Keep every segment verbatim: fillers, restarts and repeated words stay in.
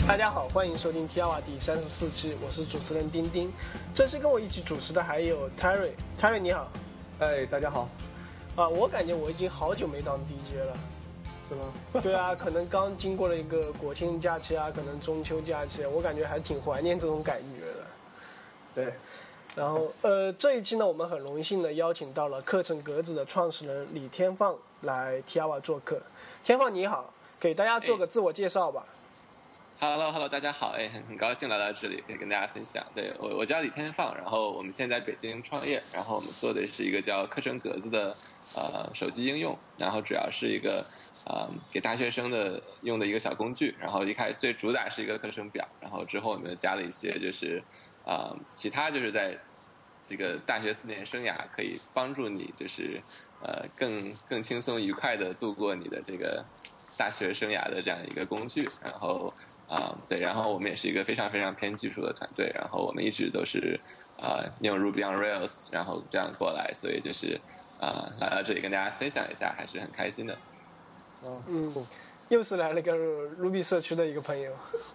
大家好，欢迎收听 T R 第三十四期，我是主持人丁丁。这期跟我一起主持的还有 Terry，Terry 你好。 哎，大家好。 啊，我感觉我已经好久没当 D J 了。 是吗？ 对啊，可能刚经过了一个国庆假期啊，可能中秋假期，我感觉还挺怀念这种感觉的。 对。 然后，呃，这一期呢，我们很荣幸的邀请到了课程格子的创始人李天放来 T R 做客。天放你好，给大家做个自我介绍吧。 Hello Hello， 大家好，哎，很很高兴来到这里，可以跟大家分享。对我我叫李天放，然后我们现在在北京创业，然后我们做的是一个叫课程格子的呃手机应用，然后主要是一个呃给大学生的用的一个小工具。然后一开始最主打是一个课程表，然后之后我们又加了一些就是呃其他就是在这个大学四年生涯可以帮助你就是呃更更轻松愉快的度过你的这个大学生涯的这样一个工具，然后。啊、呃，对，然后我们也是一个非常非常偏技术的团队，然后我们一直都是啊、呃、用 Ruby on Rails， 然后这样过来，所以就是啊、呃、来到这里跟大家分享一下，还是很开心的。 哦，嗯，又是来了个 Ruby 社区的一个朋友。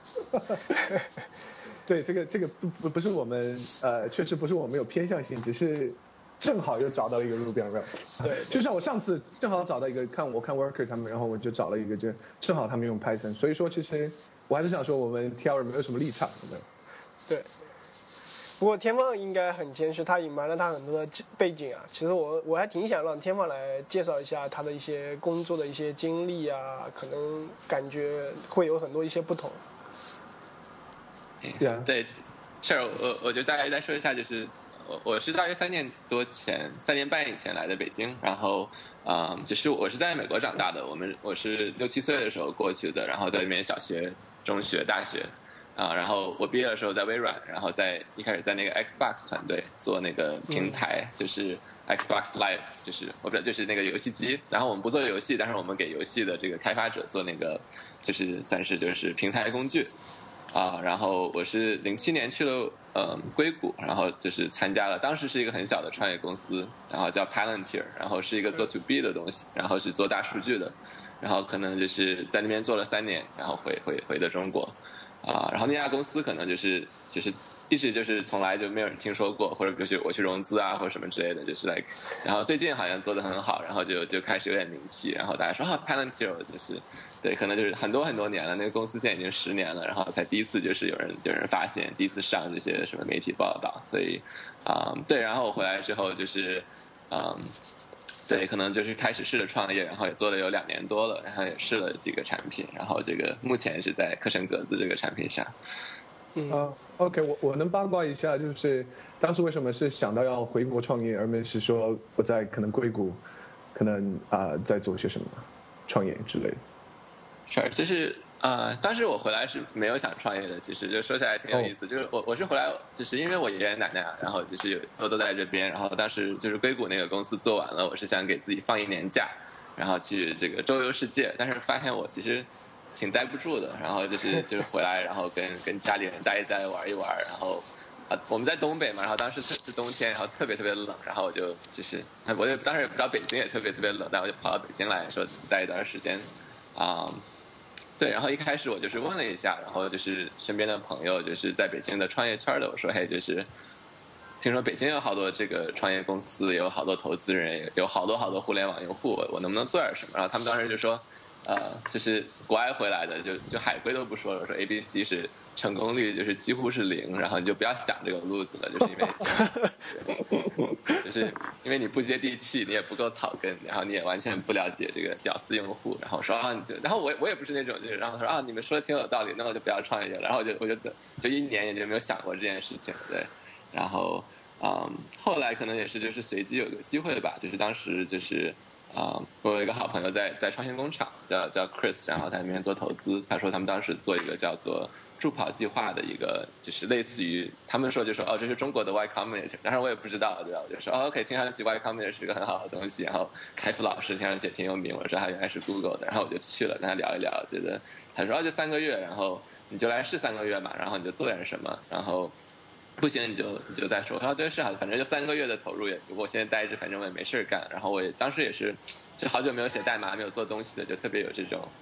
对，这个这个不不不是我们呃，确实不是我们有偏向性，只是正好又找到了一个 Ruby on Rails。 对， 就像我上次正好找到一个，看我看 Worker 他们，然后我就找了一个，就正好他们用 Python， 所以说其实。我还是想说，我们 T R 没有什么立场，有没有？ 对。不过天放应该很谦虚，他隐瞒了他很多的背景啊。其实我我还挺想让天放来介绍一下他的一些工作的一些经历啊，可能感觉会有很多一些不同。 对啊， 对，是我我就大概再说一下，就是我我是大约三年多前，三年半以前来的北京，然后。啊、嗯，就是我是在美国长大的，我们我是六七岁的时候过去的，然后在那边小学、中学、大学，啊，然后我毕业的时候在微软，然后在一开始在那个 Xbox 团队做那个平台，嗯、就是 Xbox Live， 就是我不知道就是那个游戏机，然后我们不做游戏，但是我们给游戏的这个开发者做那个就是算是就是平台工具。啊，然后我是零七年去了呃硅谷，然后就是参加了，当时是一个很小的创业公司，然后叫 Palantir， 然后是一个做 to B 的东西，然后是做大数据的，然后可能就是在那边做了三年，然后回回回的中国，啊，然后那家公司可能就是就是一直就是从来就没有人听说过，或者比如说我去融资啊或者什么之类的，就是 like， 然后最近好像做得很好，然后就就开始有点名气，然后大家说啊 Palantir 就是。对，可能就是很多很多年了，那个公司现在已经十年了，然后才第一次就是有人有人发现，第一次上这些什么媒体报道，所以，啊、嗯，对，然后我回来之后就是，嗯，对，可能就是开始试着创业，然后也做了有两年多了，然后也试了几个产品，然后这个目前是在课程格子这个产品上。 嗯、uh, ，OK， 我我能八卦一下，就是当时为什么是想到要回国创业，而不是说我在可能硅谷，可能啊、呃、在做些什么创业之类的。 是，就是呃，当时我回来是没有想创业的，其实就说起来挺有意思。Oh. 就是我我是回来，就是因为我爷爷奶奶，然后就是有都都在这边，然后当时就是硅谷那个公司做完了，我是想给自己放一年假，然后去这个周游世界，但是发现我其实挺待不住的，然后就是就是回来，然后跟跟家里人待一待，玩一玩，然后啊我们在东北嘛，然后当时是冬天，然后特别特别冷，然后我就就是我就当时也不知道北京也特别特别冷，但我就跑到北京来说待一段时间，啊、嗯。对，然后一开始我就是问了一下，然后就是身边的朋友，就是在北京的创业圈的，我说，嘿，就是听说北京有好多这个创业公司，也有好多投资人，有好多好多互联网用户，我我能不能做点什么？然后他们当时就说，呃，就是国外回来的，就就海归都不说了，说 A B C 是成功率就是几乎是零，然后你就不要想这个路子了，就是因为就是因为你不接地气，你也不够草根，然后你也完全不了解这个屌丝用户，然后说啊，你就，然后我我也不是那种就是，然后他说啊，你们说的挺有道理，那我就不要创业了，然后我就我就就一年也就没有想过这件事情，对，然后嗯，后来可能也是就是随机有个机会吧，就是当时就是。啊、呃，我有一个好朋友在在创新工厂，叫叫 Chris， 然后他那边做投资。他说他们当时做一个叫做助跑计划的一个，就是类似于他们说就说哦，这是中国的 Y Combinator， 当然我也不知道，对吧？我就说哦 ，OK， 听上去 Y Combinator 是一个很好的东西。然后开复老师听上去也挺有名，我说他原来是 Google 的，然后我就去了跟他聊一聊，觉得他说哦，就三个月，然后你就来试三个月嘛，然后你就做点什么，然后。不行你就你就再说，他说对是好，反正就三个月的投入也，我现在待着，反正我也没事干。然后我也当时也是，就好久没有写代码，没有做东西的，就特别有这种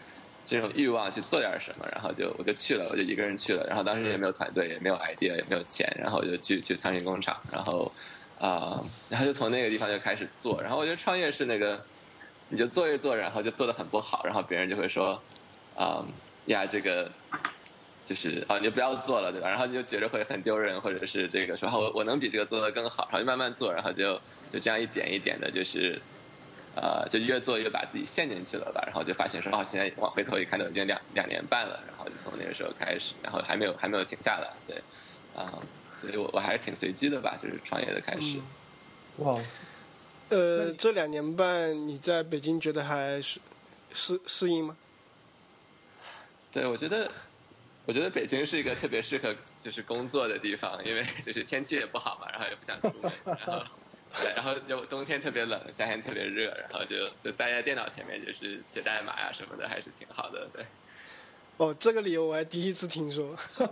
这种欲望去做点什么，然后就我就去了，我就一个人去了，然后当时也没有团队，也没有 idea，也没有钱，然后我就去去苍蝇工厂，然后啊、呃，然后就从那个地方就开始做，然后我觉得创业是那个，你就做一做，然后就做得很不好，然后别人就会说，啊、呃、呀这个。就是啊，你就不要做了，对吧？然后你就觉得会很丢人，或者是这个说，我我能比这个做得更好，然后就慢慢做，然后就就这样一点一点的，就是呃，就越做越把自己陷进去了吧。然后就发现说，哦，现在往回头一看，都已经两两年半了，然后就从那个时候开始，然后还没有还没有停下来，对，啊、呃，所以我我还是挺随机的吧，就是创业的开始。 嗯、哇， 呃，这两年半你在北京觉得还适适适应吗？ 对，我觉得。我觉得北京是一个特别适合就是工作的地方，因为就是天气也不好嘛，然后也不想出门，然后对，然后又冬天特别冷，夏天特别热，然后就就待在电脑前面就是写代码呀什么的，还是挺好的，对。 哦，这个理由我还第一次听说。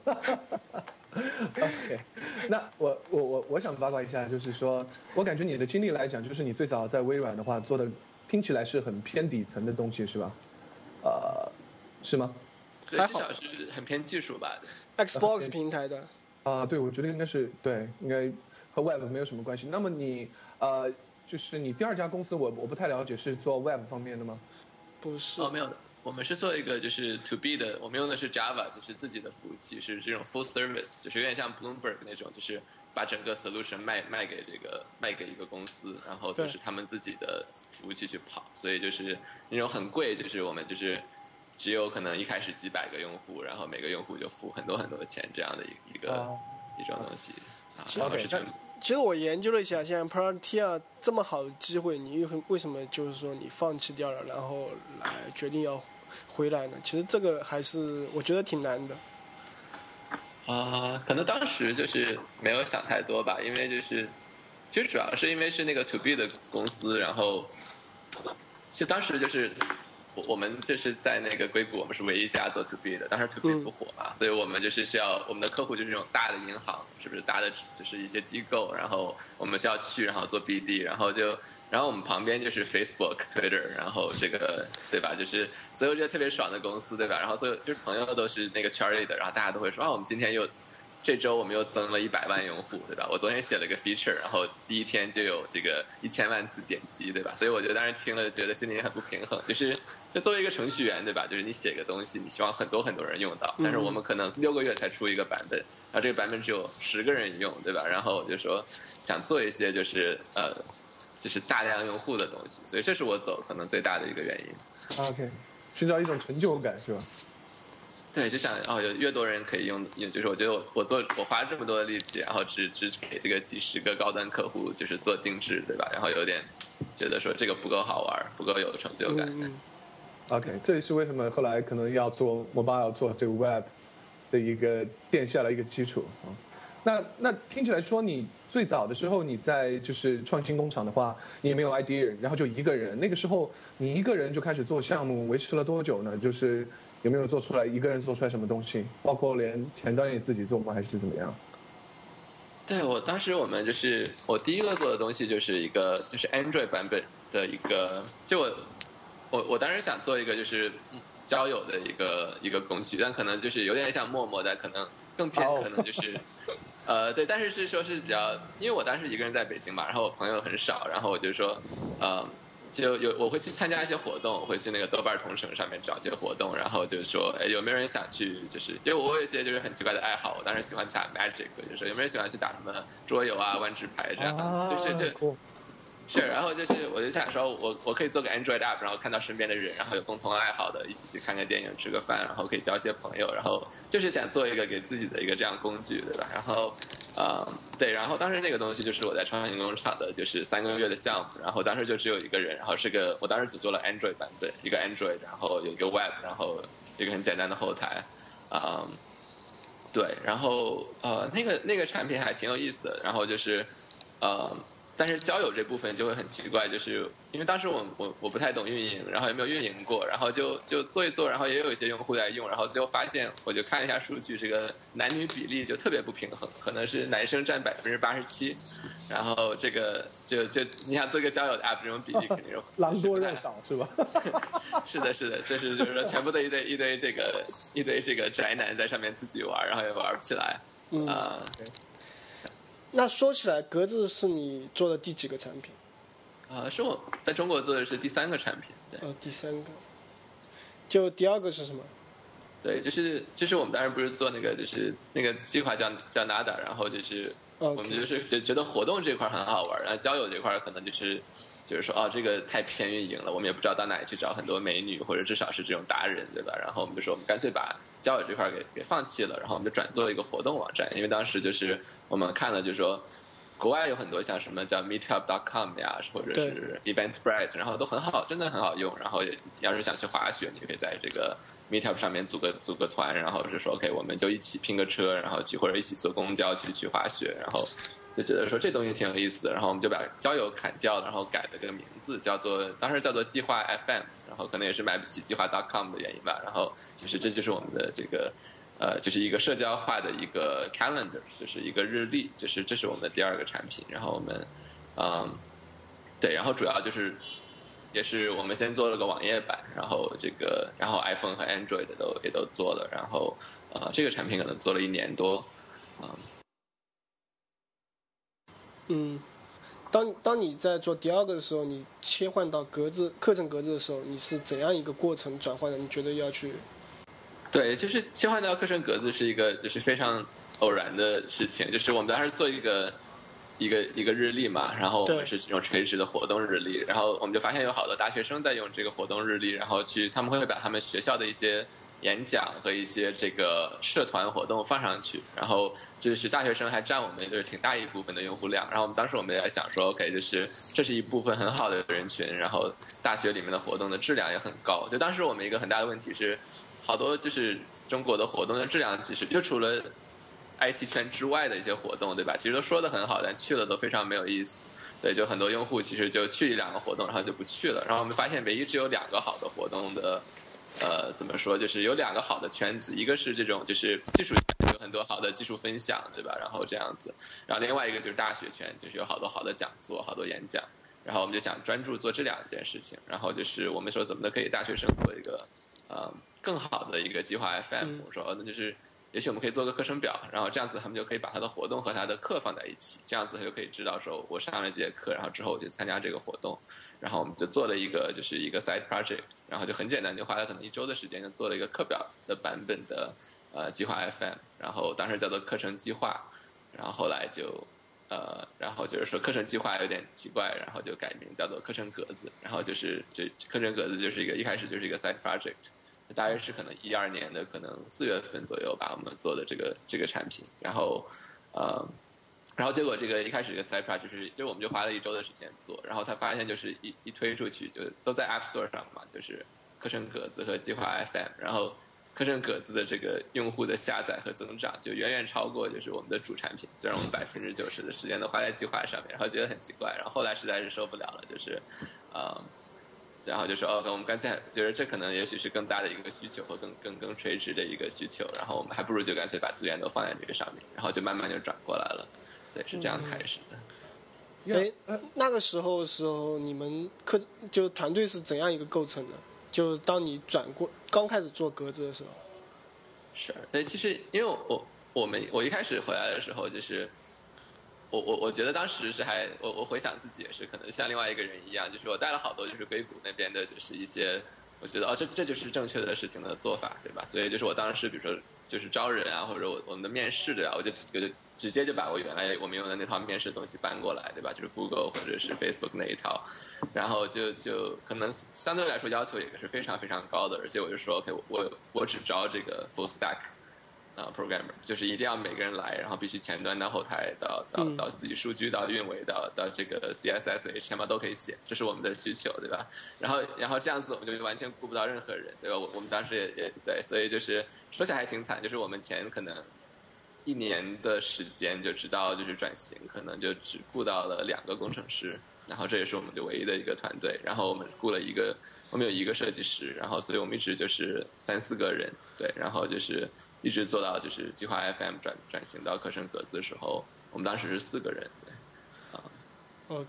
OK， 那我我我我想八卦一下，就是说我感觉你的经历来讲，就是你最早在微软的话做的，听起来是很偏底层的东西，是吧？呃，是吗？ 对，至少是很偏技术吧。 Xbox 平台的啊、呃，对，我觉得应该是对，应该和 Web 没有什么关系。那么你呃，就是你第二家公司我，我我不太了解，是做 Web 方面的吗？ 不是， 哦，没有的，我们是做一个就是 To B 的，我们用的是 Java，就是自己的服务器，是这种 Full Service，就是有点像 Bloomberg 那种，就是把整个 solution 卖卖给这个卖给一个公司，然后就是他们自己的服务器去跑，所以就是那种很贵，就是我们就是。只有可能一开始几百个用户，然后每个用户就付很多很多钱，这样的一一个、啊、一种东西啊。然后是全。 其实我研究了一下，现在 Palantir 这么好的机会，你为什么就是说你放弃掉了，然后来决定要回来呢？其实这个还是我觉得挺难的。 啊、呃，可能当时就是没有想太多吧，因为就是其实主要是因为是那个 To B 的公司，然后其实当时就是。我们就是在那个硅谷，我们是唯一一家做 To B 的，当时 To B 不火嘛，嗯、所以我们就是需要我们的客户就是这种大的银行，是不是大的就是一些机构，然后我们需要去，然后做 B D， 然后就，然后我们旁边就是 Facebook、Twitter， 然后这个对吧？就是所有这些特别爽的公司，对吧？然后所有就是朋友都是那个圈里的，然后大家都会说啊，我们今天又。这周我们又增了一百万用户，对吧？我昨天写了个 feature， 然后第一天就有这个一千万次点击，对吧？所以我觉得当时听了觉得心里很不平衡，就是就作为一个程序员，对吧？就是你写个东西，你希望很多很多人用到，但是我们可能六个月才出一个版本，然后这个版本只有十个人用，对吧？然后我就说想做一些就是呃，就是大量用户的东西，所以这是我走可能最大的一个原因。 OK， 寻找一种成就感是吧？ 对，就想哦，有越多人可以用，就是我觉得我我做我花这么多的力气，然后只只给这个几十个高端客户就是做定制，对吧？然后有点觉得说这个不够好玩，不够有成就感。 嗯、 OK， 这也是为什么后来可能要做 mobile 做这个 web 的一个奠下了一个基础啊。那那听起来说你最早的时候你在就是创新工厂的话，你也没有 idea， 然后就一个人，那个时候你一个人就开始做项目，维持了多久呢？就是有没有做出来一个人做出来什么东西？包括连前端也自己做吗？还是怎么样？ 对，我当时我们就是我第一个做的东西就是一个就是 Android 版本的一个，就我我我当时想做一个就是交友的一个一个工具，但可能就是有点像陌陌，但可能更偏可能就是。Oh. 呃，对，但是是说是比较，因为我当时一个人在北京嘛，然后我朋友很少，然后我就说，呃，就有我会去参加一些活动，我会去那个豆瓣同城上面找一些活动，然后就是说，哎，有没有人想去？就是因为我有一些就是很奇怪的爱好，我当时喜欢打 Magic， 就是说有没有人喜欢去打什么桌游啊、万智牌这样子，啊、就是这。Cool. 是，然后就是我就想说我我可以做个 Android app， 然后看到身边的人，然后有共同爱好的，一起去看个电影、吃个饭，然后可以交一些朋友，然后就是想做一个给自己的一个这样工具，对吧？然后，呃，对，然后当时那个东西就是我在创新工厂的，就是三个月的项目，然后当时就只有一个人，然后是个我当时只做了 Android 版本，一个 Android， 然后有一个 Web， 然后一个很简单的后台，啊、嗯，对，然后呃那个那个产品还挺有意思的，然后就是呃。 但是交友这部分就会很奇怪，就是因为当时我我我不太懂运营，然后也没有运营过，然后就就做一做，然后也有一些用户在用，然后最后发现，我就看一下数据，这个男女比例就特别不平衡，可能是男生占百分之八十七，然后这个就就你想做个交友的 app， 这种比例肯定是狼多肉少是吧？ 是的，是的，这是就是说全部的一堆一堆这个一堆这个宅男在上面自己玩，然后也玩不起来， 嗯啊、 呃那说起来，格子是你做的第几个产品？ 呃，是我在中国做的是第三个产品，对。 呃，第三个。就第二个是什么？ 对，就是就是我们当时不是做那个就是那个计划叫叫 Nada， 然后就是我们就是觉觉得活动这块很好玩，然后交友这块可能就是就是说哦这个太偏运营了，我们也不知道到哪里去找很多美女或者至少是这种达人，对吧？然后我们就说我们干脆把交友这块给给放弃了，然后我们就转做一个活动网站，因为当时就是我们看了就是说。国外有很多像什么叫 meetup dot com 呀，或者是 Eventbrite， 然后都很好，真的很好用。然后要是想去滑雪，你可以在这个 meetup 上面组个组个团，然后就说 OK， 我们就一起拼个车，然后去或者一起坐公交去去滑雪，然后就觉得说这东西挺有意思的。然后我们就把交友砍掉，然后改了个名字，叫做当时叫做计划 F M， 然后可能也是买不起计划 dot com 的原因吧。然后其实这就是我们的这个。呃，就是一个社交化的一个 calendar， 就是一个日历，就是这是我们的第二个产品。然后我们，嗯，对，然后主要就是，也是我们先做了个网页版，然后这个，然后 iPhone 和 Android 都也都做了，然后呃，这个产品可能做了一年多，嗯。 嗯，当当你在做第二个的时候，你切换到格子课程格子的时候，你是怎样一个过程转换的？你觉得要去？ 对，就是切换到课程格子是一个就是非常偶然的事情，就是我们当时做一个一个一个日历嘛，然后我们是这种垂直的活动日历，然后我们就发现有好多大学生在用这个活动日历，然后去他们会把他们学校的一些演讲和一些这个社团活动放上去，然后就是大学生还占我们就是挺大一部分的用户量，然后我们当时我们也在想说 OK， 就是这是一部分很好的人群，然后大学里面的活动的质量也很高，就当时我们一个很大的问题是。好多就是中国的活动的质量，其实就除了 I T 圈之外的一些活动，对吧？其实都说的很好，但去了都非常没有意思。对，就很多用户其实就去一两个活动，然后就不去了。然后我们发现，唯一只有两个好的活动的，呃，怎么说？就是有两个好的圈子，一个是这种就是技术圈，有很多好的技术分享，对吧？然后这样子，然后另外一个就是大学圈，就是有好多好的讲座、好多演讲。然后我们就想专注做这两件事情。然后就是我们说怎么都可以大学生做一个，呃。更好的一个计划 F M， 我说那就是也许我们可以做个课程表，然后这样子他们就可以把他的活动和他的课放在一起，这样子他就可以知道说我上了这节课，然后之后我就参加这个活动，然后我们就做了一个就是一个 side project， 然后就很简单，就花了可能一周的时间就做了一个课表的版本的呃计划 F M， 然后当时叫做课程计划，然后后来就呃然后就是说课程计划有点奇怪，然后就改名叫做课程格子，然后就是这课程格子就是一个一开始就是一个 side project。大约是可能一二年的可能四月份左右吧，我们做的这个这个产品，然后，呃，然后结果这个一开始这个 side project 就是就我们就花了一周的时间做，然后他发现就是一一推出去就都在 App Store 上嘛，就是课程格子和计划 F M， 然后课程格子的这个用户的下载和增长就远远超过就是我们的主产品，虽然我们百分之九十的时间都花在计划上面，然后觉得很奇怪，然后后来实在是受不了了，就是，呃。然后就说哦，我们干脆觉得这可能也许是更大的一个需求和更更更垂直的一个需求，然后我们还不如就干脆把资源都放在这个上面，然后就慢慢就转过来了，对，是这样开始的。 哎、嗯，那个时候时候你们课就团队是怎样一个构成的？就当你转过刚开始做格子的时候， 是，哎，其实因为我我们我一开始回来的时候就是。我我我觉得当时是还我我回想自己也是可能像另外一个人一样，就是我带了好多就是硅谷那边的就是一些，我觉得哦这这就是正确的事情的做法，对吧？所以就是我当时比如说就是招人啊，或者我我们的面试的啊，我就我就直接就把我原来我们用的那套面试的东西搬过来，对吧？就是 Google 或者是 Facebook 那一套，然后就就可能相对来说要求也是非常非常高的，而且我就说 OK 我我只招这个 full stack。啊 ，programmer 就是一定要每个人来，然后必须前端到后台到到到自己数据到运维到到这个 C S S、H T M L 都可以写，这是我们的需求，对吧？然后然后这样子我们就完全顾不到任何人，对吧？我我们当时也也对，所以就是说起来还挺惨，就是我们前可能一年的时间，就直到就是转型，可能就只雇到了两个工程师，然后这也是我们的唯一的一个团队。然后我们雇了一个，我们有一个设计师，然后所以我们一直就是三四个人，对，然后就是一直做到就是计划 F M 转转型到课程格子的时候，我们当时是四个人，对，啊 ，OK，OK，、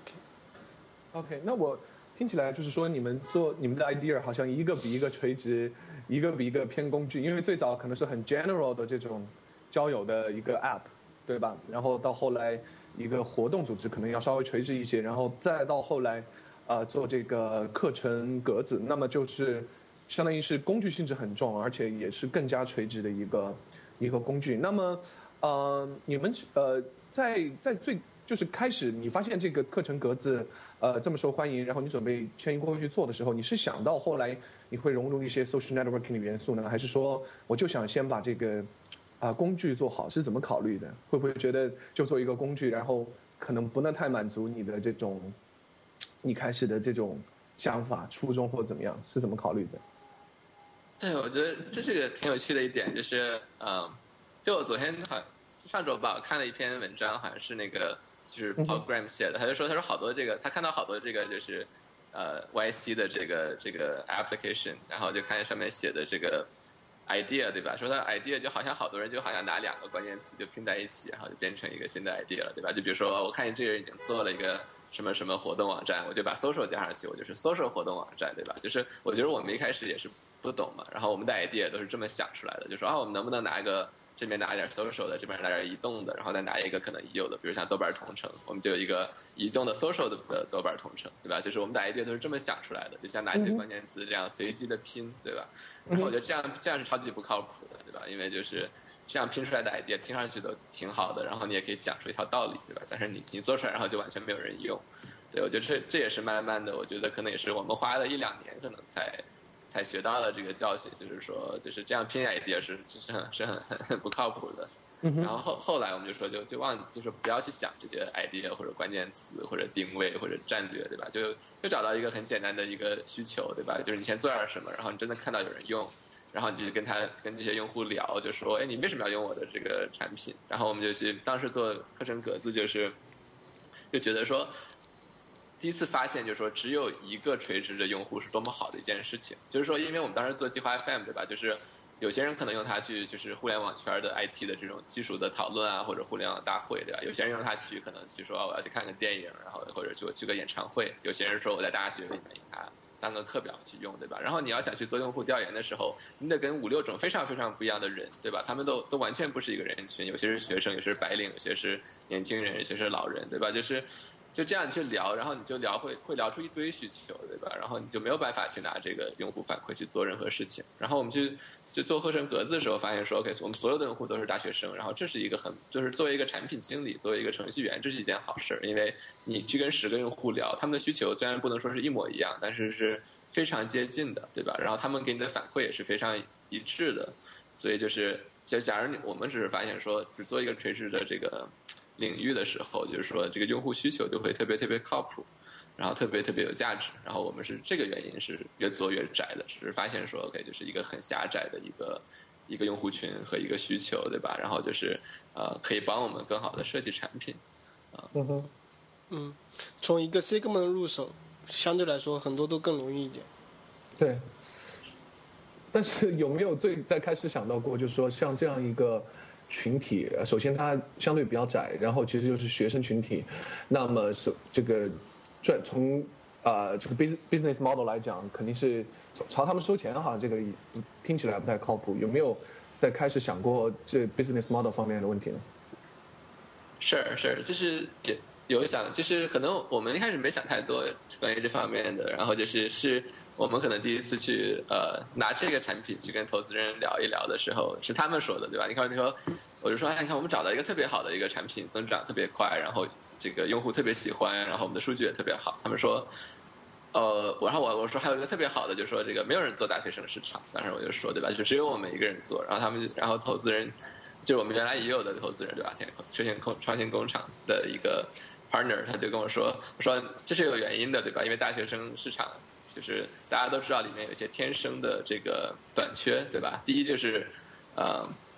OK， 那我听起来就是说你们做你们的 idea 好像一个比一个垂直，一个比一个偏工具，因为最早可能是很 general 的这种交友的一个 app， 对吧？然后到后来一个活动组织可能要稍微垂直一些，然后再到后来，呃，做这个课程格子，那么就是相当于是工具性质很重，而且也是更加垂直的一个一个工具。那么，呃，你们呃在在最就是开始你发现这个课程格子呃这么受欢迎，然后你准备迁移过去做的时候，你是想到后来你会融入一些 social networking 的元素呢，还是说我就想先把这个啊、呃、工具做好，是怎么考虑的？会不会觉得就做一个工具，然后可能不能太满足你的这种你开始的这种想法、初衷或者怎么样，是怎么考虑的？ 对，我觉得这是个挺有趣的一点，就是嗯，就我昨天好上周吧，我看了一篇文章，好像是那个就是 Paul Graham 写的，他就说他说好多这个他看到好多这个就是呃 Y C 的这个这个 application， 然后就看见上面写的这个 idea 对吧？说他 idea 就好像好多人就好像拿两个关键词就拼在一起，然后就变成一个新的 idea 了，对吧？就比如说我看见这个人已经做了一个什么什么活动网站，我就把 social 加上去，我就是 social 活动网站，对吧？就是我觉得我们一开始也是不懂嘛，然后我们的 idea 都是这么想出来的，就说啊，我们能不能拿一个这边拿一点 social 的，这边拿点移动的，然后再拿一个可能已有的，比如像豆瓣同城，我们就有一个移动的 social 的的豆瓣同城，对吧？就是我们的 idea 都是这么想出来的，就像拿一些关键词这样随机的拼，对吧？然后我觉得这样这样是超级不靠谱的，对吧？因为就是这样拼出来的 idea 听上去都挺好的，然后你也可以讲出一条道理，对吧？但是你你做出来，然后就完全没有人用。对，我觉得这这也是慢慢的，我觉得可能也是我们花了一两年，可能才才学到了这个教训，就是说，就是这样拼 idea 是其实很是很很很不靠谱的。然后后后来我们就说就就忘就是不要去想这些 idea 或者关键词或者定位或者战略，对吧？就就找到一个很简单的一个需求，对吧？就是你先做点什么，然后你真的看到有人用，然后你就跟他跟这些用户聊，就说，哎，你为什么要用我的这个产品？然后我们就去当时做课程格子，就是就觉得说。第一次发现，就是说，只有一个垂直的用户是多么好的一件事情。就是说，因为我们当时做计划 F M， 对吧？就是有些人可能用它去，就是互联网圈的 I T 的这种技术的讨论啊，或者互联网大会，对吧？有些人用它去，可能去说我要去看个电影，然后或者去我去个演唱会。有些人说我在大学里面用它当个课表去用，对吧？然后你要想去做用户调研的时候，你得跟五六种非常非常不一样的人，对吧？他们都都完全不是一个人群，有些是学生，有些是白领，有些是年轻人，有些是老人，对吧？就是。就这样去聊，然后你就聊会会聊出一堆需求，对吧？然后你就没有办法去拿这个用户反馈去做任何事情。然后我们去就做课程格子的时候，发现说 ，OK， 我们所有的用户都是大学生，然后这是一个很就是作为一个产品经理，作为一个程序员，这是一件好事，因为你去跟十个用户聊，他们的需求虽然不能说是一模一样，但是是非常接近的，对吧？然后他们给你的反馈也是非常一致的，所以就是就假如你我们只是发现说，只做一个垂直的这个。领域的时候，就是说这个用户需求就会特别特别靠谱，然后特别特别有价值。然后我们是这个原因是越做越窄的，只是发现说 OK 就是一个很狭窄的一个一个用户群和一个需求，对吧？然后就是呃可以帮我们更好的设计产品。啊、呃， 嗯哼，嗯，从一个 segment 入手，相对来说很多都更容易一点。 对。但是有没有最在开始想到过，就是说像这样一个群体，首先它相对比较窄，然后其实就是学生群体，那么是这个赚从呃这个 business model 来讲，肯定是朝他们收钱哈，这个听起来不太靠谱。有没有在开始想过这 business model 方面的问题呢？ 是是，就是也有想，就是可能我们一开始没想太多关于这方面的，然后就是是我们可能第一次去呃拿这个产品去跟投资人聊一聊的时候，是他们说的，对吧？你看，你说，我就说，哎，你看我们找到一个特别好的一个产品，增长特别快，然后这个用户特别喜欢，然后我们的数据也特别好。他们说，呃，然后我我说还有一个特别好的，就是说这个没有人做大学生市场，当时我就说，对吧？就只有我们一个人做，然后他们，然后投资人。就是我们原来也有的投资人，对吧？创新工创新工厂的一个 partner， 他就跟我说，我说这是有原因的，对吧？因为大学生市场就是大家都知道里面有一些天生的这个短缺，对吧？第一就是呃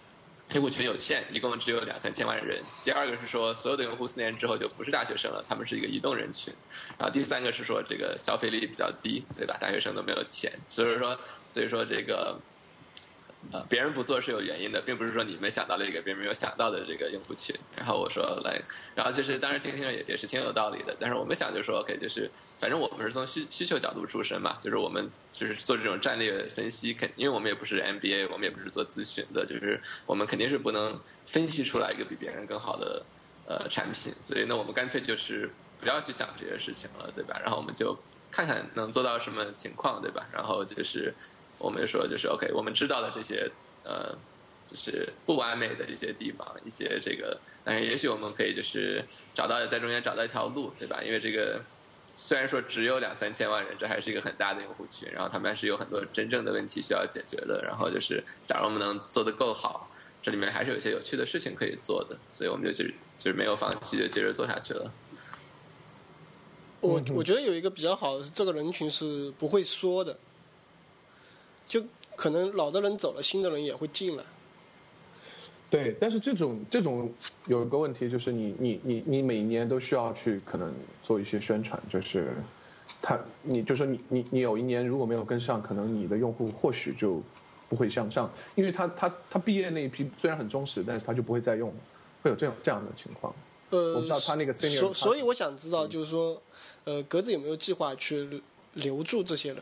用户群有限，一共只有两三千万人。第二个是说，所有的用户四年之后就不是大学生了，他们是一个移动人群。然后第三个是说，这个消费力比较低，对吧？大学生都没有钱，所以说，所以说这个。呃，别人不做是有原因的，并不是说你们想到了一个别人没有想到的这个用户群。然后我说来，然后其实当时听听也也是挺有道理的。但是我们想就说 ，OK， 就是反正我们是从需需求角度出身嘛，就是我们就是做这种战略分析，肯因为我们也不是 M B A， 我们也不是做咨询的，就是我们肯定是不能分析出来一个比别人更好的呃产品，所以呢，我们干脆就是不要去想这些事情了，对吧？然后我们就看看能做到什么情况，对吧？然后就是。我们说就是 OK， 我们知道的这些呃，就是不完美的一些地方，一些这个，但是也许我们可以就是找到在中间找到一条路，对吧？因为这个虽然说只有两三千万人，这还是一个很大的用户群，然后他们还是有很多真正的问题需要解决的。然后就是，假如我们能做得够好，这里面还是有一些有趣的事情可以做的，所以我们就就就是没有放弃，就接着做下去了。 我我觉得有一个比较好的是，这个人群是不会说的。就可能老的人走了，新的人也会进来。 对，但是这种这种有一个问题，就是你你你你每年都需要去可能做一些宣传，就是他你就说你你你有一年如果没有跟上，可能你的用户或许就不会向上，因为他他他毕业那一批虽然很忠实，但是他就不会再用，会有这样这样的情况。 呃， 我不知道他那个 senior， 所所以我想知道，就是说，呃，格子有没有计划去留住这些人？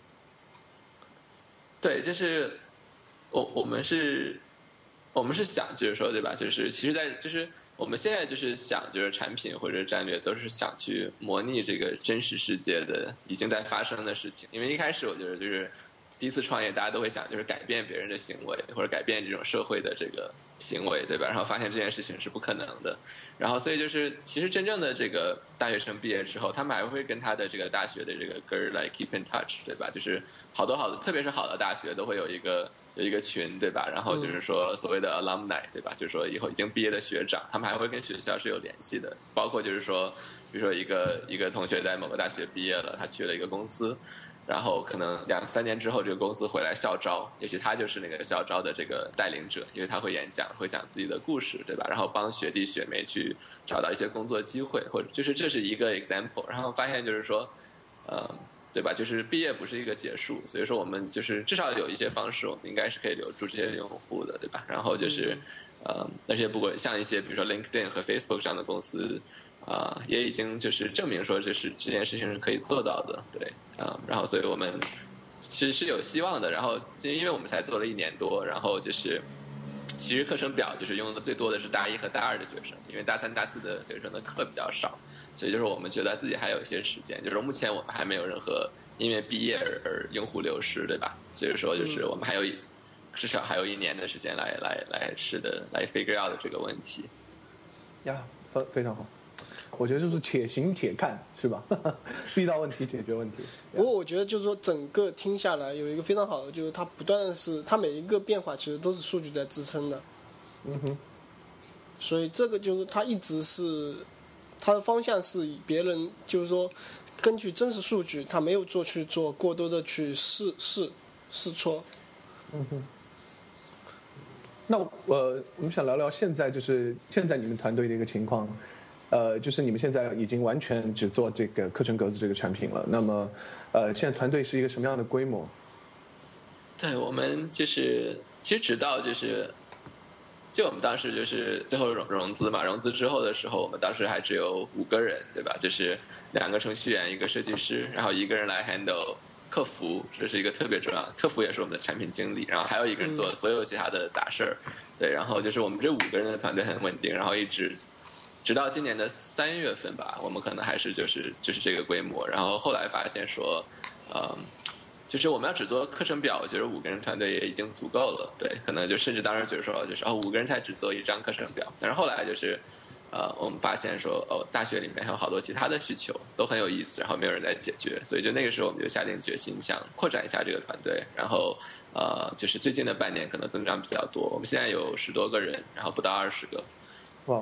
对，就是我我们是，我们是想就是说对吧？就是其实，在就是我们现在就是想就是产品或者战略都是想去模拟这个真实世界的已经在发生的事情。因为一开始我觉得就是第一次创业，大家都会想就是改变别人的行为或者改变这种社会的这个行为，对吧？然后发现这件事情是不可能的。然后所以就是其实真正的这个大学生毕业之后，他们还会跟他的这个大学的这个根儿来 keep in touch， 对吧？就是好多好多，特别是好的大学都会有一个有一个群，对吧？然后就是说所谓的 alumni， 对吧？就是说以后已经毕业的学长，他们还会跟学校是有联系的。包括就是说，比如说一个一个同学在某个大学毕业了，他去了一个公司。然后可能两三年之后，这个公司回来校招，也许他就是那个校招的这个带领者，因为他会演讲，会讲自己的故事，对吧？然后帮学弟学妹去找到一些工作机会，或者就是这是一个 example。然后发现就是说，呃，对吧？就是毕业不是一个结束，所以说我们就是至少有一些方式，我们应该是可以留住这些用户的，对吧？然后就是，呃，而且不管像一些比如说 LinkedIn 和 Facebook 这样的公司。啊、呃，也已经就是证明说，这是这件事情是可以做到的，对，啊、呃，然后所以我们其实是有希望的。然后因为我们才做了一年多，然后就是其实课程表就是用的最多的是大一和大二的学生，因为大三、大四的学生的课比较少，所以就是我们觉得自己还有一些时间，就是目前我们还没有任何因为毕业而而用户流失，对吧？所以说就是我们还有一至少还有一年的时间来来来试的来 figure out 这个问题。 呀，非非常好。我觉得就是且行且看，是吧？遇到问题解决问题。 不过我觉得就是说，整个听下来有一个非常好的，就是它不断是它每一个变化其实都是数据在支撑的。 嗯哼。 所以这个就是它一直是它的方向是以别人就是说根据真实数据，它没有做去做过多的去试试试错。 嗯哼。那呃，我们想聊聊现在就是现在你们团队的一个情况。呃，就是你们现在已经完全只做这个课程格子这个产品了。那么，呃，现在团队是一个什么样的规模？ 对，我们就是其实直到就是，就我们当时就是最后融融资嘛，融资之后的时候，我们当时还只有五个人，对吧？就是两个程序员，一个设计师，然后一个人来 handle 客服，这是一个特别重要，客服也是我们的产品经理，然后还有一个人做所有其他的杂事儿。对，然后就是我们这五个人的团队很稳定，然后一直。直到今年的三月份吧，我们可能还是就是就是这个规模。然后后来发现说，嗯，就是我们要只做课程表，我觉得五个人团队也已经足够了。对，可能就甚至当时觉得说，就是哦，五个人才只做一张课程表。但是后来就是，呃，我们发现说，哦，大学里面还有好多其他的需求都很有意思，然后没有人在解决，所以就那个时候我们就下定决心想扩展一下这个团队。然后呃，就是最近的半年可能增长比较多，我们现在有十多个人，然后不到二十个。 哇。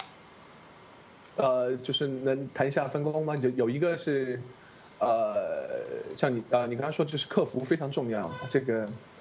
呃，就是能谈一下分工吗？有有一个是，呃，像你呃，你刚刚说就是客服非常重要，这个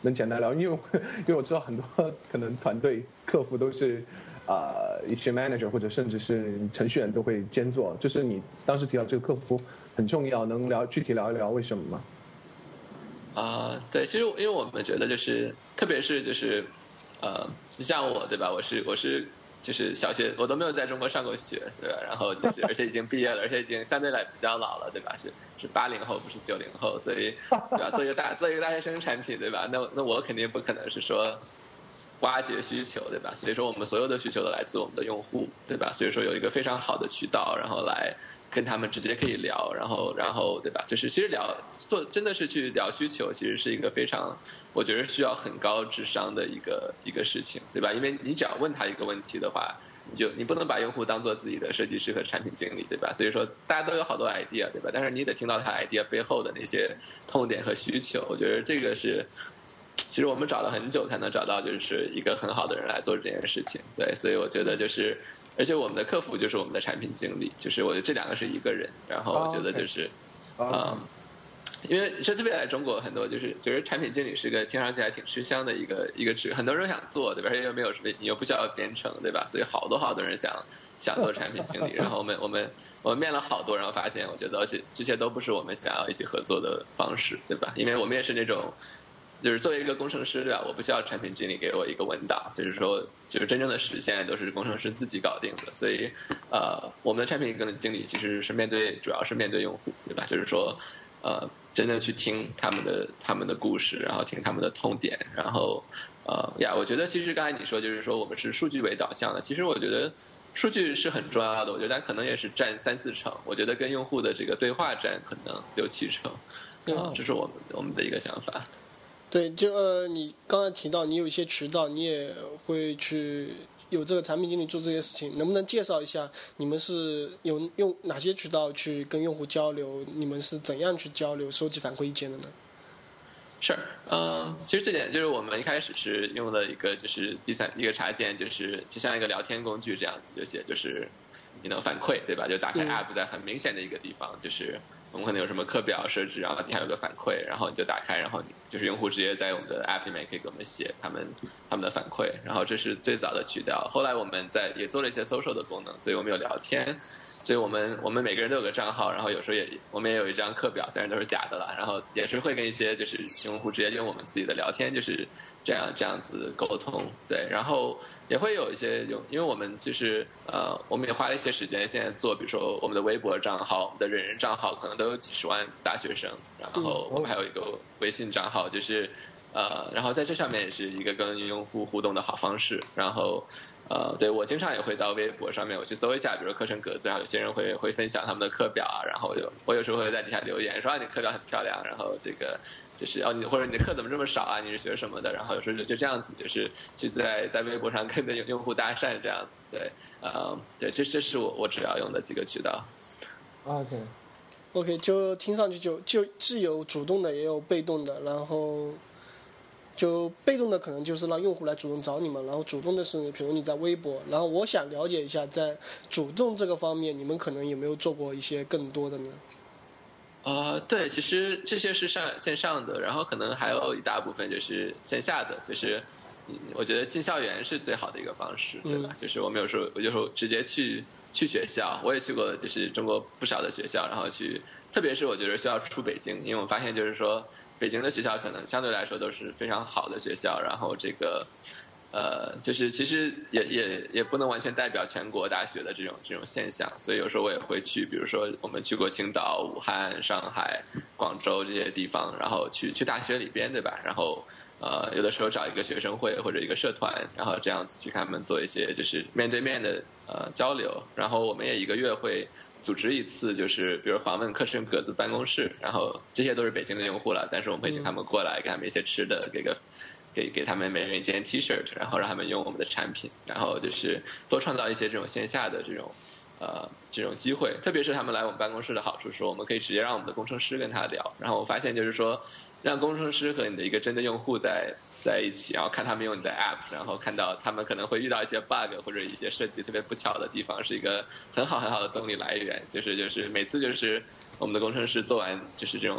能简单聊，因为因为我知道很多可能团队客服都是啊、呃、一些 manager 或者甚至是程序员都会兼做，就是你当时提到这个客服很重要，能聊具体聊一聊为什么吗？ 啊、呃，对，其实因为我们觉得就是，特别是就是呃，像我对吧？我是我是。就是小学我都没有在中国上过学，对吧？然后就是而且已经毕业了，而且已经相对来比较老了，对吧？是是八零后，不是九零后，所以对吧？做一个大做一个大学生产品，对吧？那那我肯定不可能是说挖掘需求，对吧？所以说我们所有的需求都来自我们的用户，对吧？所以说有一个非常好的渠道，然后来跟他们直接可以聊，然后然后对吧？就是其实聊做真的是去聊需求，其实是一个非常我觉得需要很高智商的一个一个事情，对吧？因为你只要问他一个问题的话，你就你不能把用户当做自己的设计师和产品经理，对吧？所以说大家都有好多 idea， 对吧？但是你得听到他 idea 背后的那些痛点和需求，我觉得这个是。其实我们找了很久才能找到，就是一个很好的人来做这件事情，对，所以我觉得就是，而且我们的客服就是我们的产品经理，就是我觉得这两个是一个人，然后我觉得就是，嗯、 oh, okay. oh, okay. 因为这特别来中国很多就是觉得产品经理是个听上去还挺吃香的一个一个职，很多人想做，对吧？而且又没有什么，你又不需要编程，对吧？所以好多好多人想想做产品经理，然后我们我们我们面了好多，然后发现我觉得这这些都不是我们想要一起合作的方式，对吧？因为我们也是那种。就是作为一个工程师，对吧？我不需要产品经理给我一个文档，就是说，就是真正的实现都是工程师自己搞定的。所以，呃，我们的产品经理其实是面对，主要是面对用户，对吧？就是说，呃，真的去听他们的他们的故事，然后听他们的痛点，然后，呃，呀，我觉得其实刚才你说，就是说我们是数据为导向的，其实我觉得数据是很重要的，我觉得它可能也是占三四成，我觉得跟用户的这个对话占可能六七成，啊、呃，这是我们我们的一个想法。 对，就呃，你刚才提到你有一些渠道，你也会去有这个产品经理做这些事情，能不能介绍一下你们是有用哪些渠道去跟用户交流？你们是怎样去交流、收集反馈意见的呢？ 是，嗯，其实这点就是我们一开始是用了一个就是第三一个插件，就是就像一个聊天工具这样子，就写就是你能反馈，对吧？就打开 app 在很明显的一个地方，嗯、就是我们可能有什么课表设置，然后底下有个反馈，然后你就打开，然后你就是用户直接在我们的 app 里面可以给我们写他们他们的反馈，然后这是最早的渠道。后来我们在也做了一些 social 的功能，所以我们有聊天。所以我们我们每个人都有个账号，然后有时候也我们也有一张课表，虽然都是假的了，然后也是会跟一些就是用户直接用我们自己的聊天，就是这样这样子沟通，对，然后也会有一些用，因为我们就是呃，我们也花了一些时间，现在做，比如说我们的微博账号、我们的人人账号，可能都有几十万大学生，然后我们还有一个微信账号，就是呃，然后在这上面也是一个跟用户互动的好方式，然后。呃，对我经常也会到微博上面，我去搜一下，比如课程格子，然后有些人会会分享他们的课表啊，然后我就我有时候会在底下留言说啊，你课表很漂亮，然后这个就是哦，你或者你的课怎么这么少啊？你是学什么的？然后有时候就就这样子，就是去在在微博上跟的用户搭讪这样子，对，呃，对，这这是我我主要用的几个渠道。 OK，OK，、 okay. okay, 就听上去就就既有主动的，也有被动的，然后。就被动的可能就是让用户来主动找你们，然后主动的是比如你在微博，然后我想了解一下在主动这个方面你们可能有没有做过一些更多的呢？ 呃，对，其实这些是上线上的，然后可能还有一大部分就是线下的，就是我觉得进校园是最好的一个方式，对吧？嗯、就是我们有时候我有时候直接去去学校，我也去过，就是中国不少的学校，然后去，特别是我觉得需要出北京，因为我发现就是说。北京的学校可能相对来说都是非常好的学校，然后这个，呃，就是其实也也也不能完全代表全国大学的这种这种现象，所以有时候我也会去，比如说我们去过青岛、武汉、上海、广州这些地方，然后去去大学里边，对吧？然后呃，有的时候找一个学生会或者一个社团，然后这样子去跟他们做一些就是面对面的呃交流，然后我们也一个月会。组织一次，就是比如访问课程格子办公室，然后这些都是北京的用户了，但是我们会请他们过来，给他们一些吃的，给个给给他们每人一件 T 恤，然后让他们用我们的产品，然后就是多创造一些这种线下的这种呃这种机会，特别是他们来我们办公室的好处是，我们可以直接让我们的工程师跟他聊，然后我发现就是说，让工程师和你的一个真的用户在。在一起，然后看他们用你的 app， 然后看到他们可能会遇到一些 bug 或者一些设计特别不巧的地方，是一个很好很好的动力来源。就是就是每次就是我们的工程师做完就是这种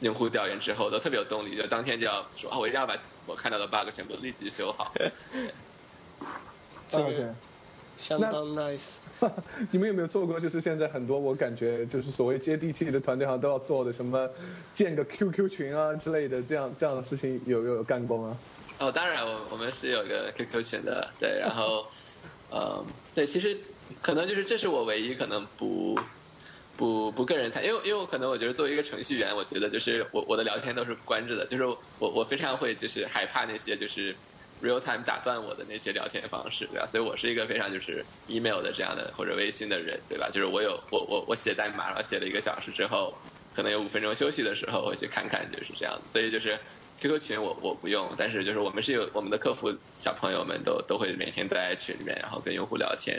用户调研之后都特别有动力，就当天就要说啊，我一定要把我看到的 bug 全部立即修好。 这个 OK， 相当 nice。 你们有没有做过？就是现在很多我感觉就是所谓接地气的团队好像都要做的，什么建个 Q Q 群啊之类的，这样这样的事情有有有干过吗？ 哦，当然我我们是有个 Q Q 群的，对，然后，呃，对，其实可能就是这是我唯一可能不不不个人参，因为因为我可能我觉得作为一个程序员，我觉得就是我我的聊天都是关着的，就是我我非常会就是害怕那些就是 real time 打断我的那些聊天方式，对吧？所以我是一个非常就是 email 的这样的或者微信的人，对吧？就是我有我我我写代码，然后写了一个小时之后，可能有五分钟休息的时候，我去看看，就是这样子。所以就是 Q Q 群我我不用，但是就是我们是有我们的客服小朋友们都都会每天在群里面，然后跟用户聊天。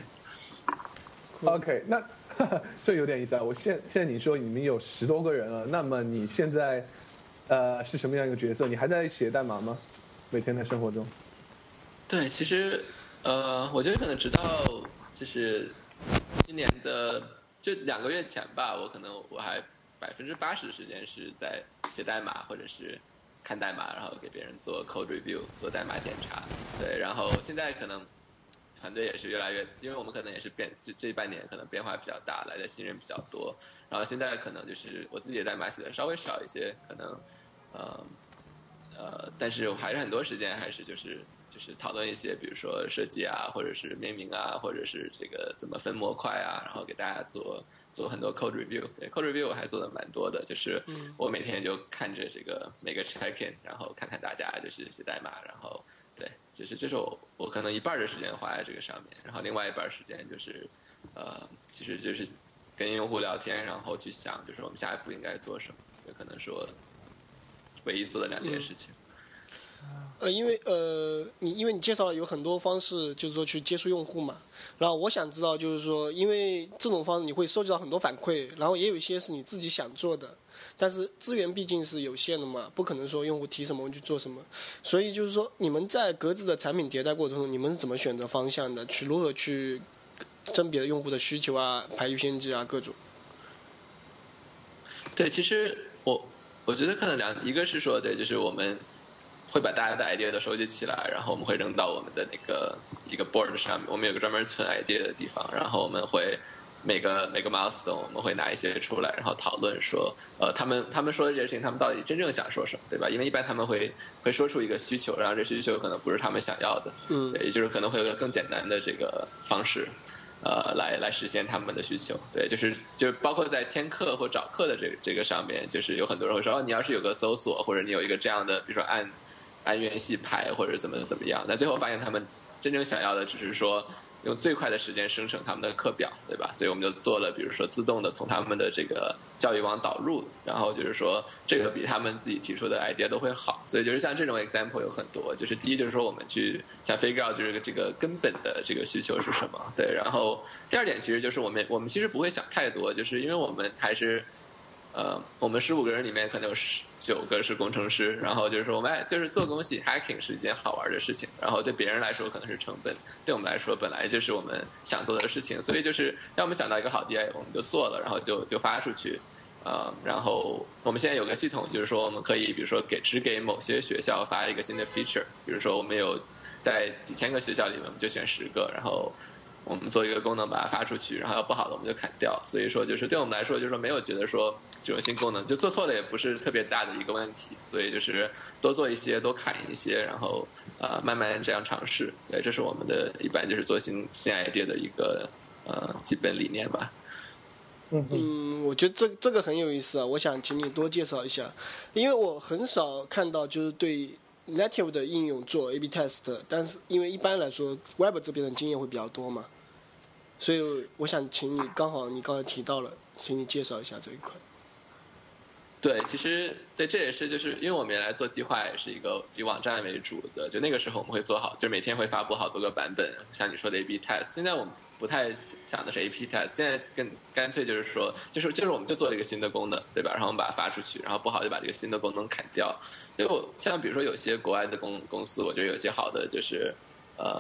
OK， 那这有点意思啊！我现现在你说你们有十多个人了，那么你现在呃是什么样一个角色？你还在写代码吗？每天的生活中？ 对，其实呃，我觉得可能直到就是今年的就两个月前吧，我可能我还百分之八十时间是在写代码或者是看代码，然后给别人做 code review 做代码检查。对，然后现在可能团队也是越来越，因为我们可能也是变，这这半年可能变化比较大，来的新人比较多，然后现在可能就是我自己的代码写的稍微少一些，可能呃呃，但是我还是很多时间还是就是就是讨论一些，比如说设计啊，或者是命名啊，或者是这个怎么分模块啊，然后给大家做做很多 code review。对 code review 我还做的蛮多的，就是我每天就看着这个每个 check in， 然后看看大家就是写代码，然后。对，就是这是我我可能一半的时间花在这个上面，然后另外一半时间就是，呃，其实就是跟用户聊天，然后去想，就是我们下一步应该做什么，这可能是我唯一做的两件事情。 呃，因为呃，你因为你介绍了有很多方式，就是说去接触用户嘛。然后我想知道，就是说，因为这种方式你会收集到很多反馈，然后也有一些是你自己想做的，但是资源毕竟是有限的嘛，不可能说用户提什么我们去做什么。所以就是说，你们在各自的产品迭代过程中，你们是怎么选择方向的？去如何去甄别用户的需求啊、排优先级啊各种？ 对，其实我我觉得可能两，一个是说，对，就是我们会把大家的 idea 都收集起来，然后我们会扔到我们的那个一个 board 上面，我们有个专门存 idea 的地方，然后我们会每个每个 milestone 我们会拿一些出来，然后讨论说，呃，他们他们说的这些事情，他们到底真正想说什么，对吧？因为一般他们会会说出一个需求，然后这需求可能不是他们想要的， 嗯， 对，也就是可能会有个更简单的这个方式。呃，来来实现他们的需求，对，就是就是包括在填课或找课的这个这个上面，就是有很多人会说，哦，你要是有个搜索，或者你有一个这样的，比如说按按元系排或者怎么怎么样，那最后发现他们真正想要的只是说用最快的时间生成他们的课表，对吧？所以我们就做了，比如说自动的从他们的这个教育网导入，然后就是说这个比他们自己提出的 idea 都会好。所以就是像这种 example 有很多，就是第一就是说我们去想 figure out 就是这个根本的这个需求是什么，对。然后第二点其实就是我们我们其实不会想太多，就是因为我们还是。呃，我们十五个人里面可能有十九个是工程师，然后就是说我们哎，就是做东西 hacking 是一件好玩的事情，然后对别人来说可能是成本，对我们来说本来就是我们想做的事情，所以就是让我们想到一个好 D I， 我们就做了，然后就就发出去，呃，然后我们现在有个系统，就是说我们可以比如说给只给某些学校发一个新的 feature， 比如说我们有在几千个学校里面，我们就选十个，然后。我们做一个功能把它发出去，然后要不好的我们就砍掉。所以说，就是对我们来说，就是说没有觉得说这种新功能就做错了也不是特别大的一个问题。所以就是多做一些，多砍一些，然后呃慢慢这样尝试。对，这是我们的一般就是做新新 idea 的一个呃基本理念吧。 嗯，我觉得这这个很有意思啊，我想请你多介绍一下，因为我很少看到就是对。Native 的应用做 A/B test， 但是因为一般来说 Web 这边的经验会比较多嘛，所以我想请你，刚好你刚才提到了，请你介绍一下这一块。 对，其实对，这也是就是因为我们原来做计划也是一个以网站为主的，就那个时候我们会做好，就每天会发布好多个版本，像你说的 A/B test。现在我们不太想的是 A/B test， 现在更干脆就是说，就是就是我们就做了一个新的功能，对吧？然后我们把它发出去，然后不好就把这个新的功能砍掉。因为我像比如说有些国外的公公司，我觉得有些好的就是呃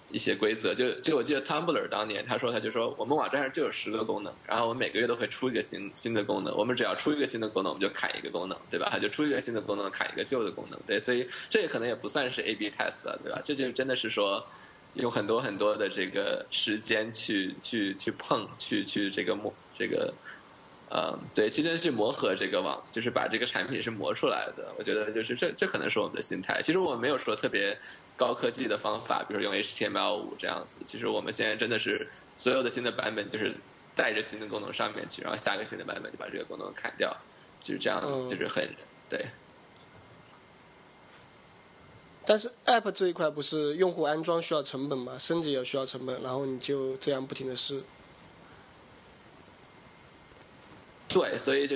一些规则，就就我记得 Tumblr 当年他说他就说我们网站上就有十个功能，然后我们每个月都会出一个新新的功能，我们只要出一个新的功能，我们就砍一个功能，对吧？他就出一个新的功能，砍一个旧的功能，对，所以这个可能也不算是 A B test 了，对吧？这就真的是说用很多很多的这个时间去去去碰，去去这个磨这个。呃，对，其实去磨合这个网，就是把这个产品是磨出来的。我觉得就是这这可能是我们的心态。其实我们没有说特别高科技的方法，比如说用 H T M L 五这样子。其实我们现在真的是所有的新的版本就是带着新的功能上面去，然后下个新的版本就把这个功能砍掉，就是这样， 嗯、 就是很对。 但是 App 这一块不是用户安装需要成本吗？升级也需要成本，然后你就这样不停的试。 对，所以就是，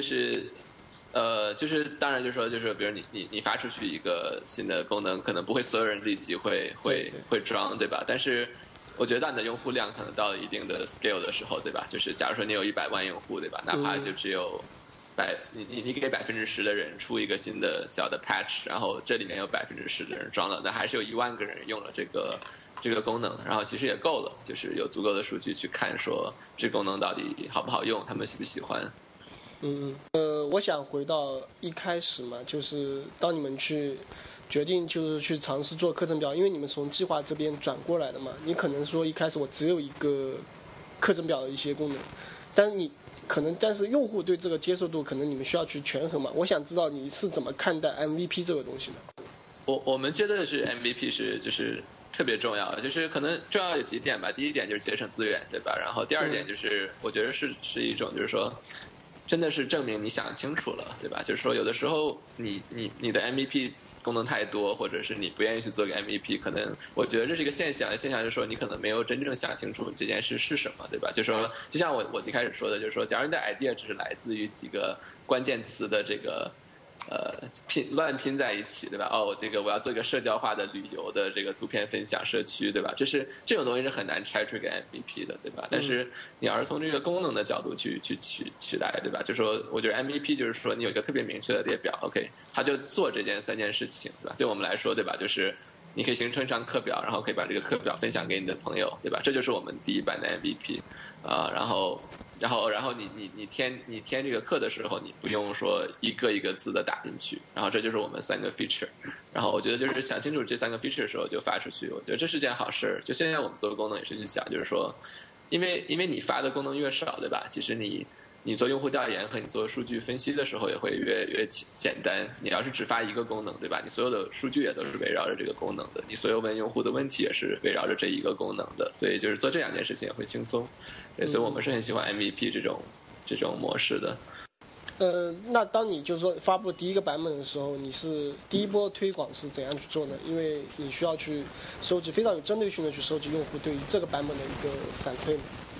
呃，就是当然就是说，就是比如你你你发出去一个新的功能，可能不会所有人立即会会会装，对吧？但是我觉得当你的用户量可能到了一定的 scale 的时候，对吧？就是假如说你有一百万用户，对吧？哪怕就只有百，你你你给百分之十的人出一个新的小的 patch， 然后这里面有百分之十的人装了，那还是有一万个人用了这个。这个功能，然后其实也够了，就是有足够的数据去看说这功能到底好不好用，他们喜不喜欢。 嗯，呃，我想回到一开始嘛，就是当你们去决定就是去尝试做课程表，因为你们从计划这边转过来的嘛，你可能说一开始我只有一个课程表的一些功能，但是你可能但是用户对这个接受度可能你们需要去权衡嘛。我想知道你是怎么看待 M V P 这个东西的？ 我我们觉得是 M V P 是就是特别重要的，就是可能重要有几点吧。第一点就是节省资源，对吧？然后第二点就是我觉得是是一种就是说。真的是证明你想清楚了，对吧？就是说，有的时候你你你的 M V P 功能太多，或者是你不愿意去做个 M V P， 可能我觉得这是一个现象。现象就是说，你可能没有真正想清楚这件事是什么，对吧？就是说，就像我我一开始说的，就是说，假如你的 idea 只是来自于几个关键词的这个。呃，拼乱拼在一起，对吧？哦，这个我要做一个社交化的旅游的这个图片分享社区，对吧？这是这种东西是很难拆出一个 M V P 的，对吧？但是你要是从这个功能的角度去去取取代，对吧？就说我觉得 M V P 就是说你有一个特别明确的列表 ，OK， 他就做这件三件事情，对吧？对我们来说，对吧？就是你可以形成一张课表，然后可以把这个课表分享给你的朋友，对吧？这就是我们第一版的 M V P 啊、呃，然后。然后，然后你你你填你填这个课的时候，你不用说一个一个字的打进去，然后这就是我们三个 feature。然后我觉得就是想清楚这三个 feature 的时候就发出去，我觉得这是件好事。就现在我们做功能也是去想，就是说，因为因为你发的功能越少，对吧？其实你你做用户调研和你做数据分析的时候也会越越简单。你要是只发一个功能，对吧？你所有的数据也都是围绕着这个功能的，你所有问用户的问题也是围绕着这一个功能的，所以就是做这两件事情也会轻松。对，所以我们是很喜欢 M V P 这种这种模式的。 呃，那当你就是说发布第一个版本的时候，你是第一波推广是怎样去做呢？因为你需要去收集非常有针对性的去收集用户对于这个版本的一个反馈嘛。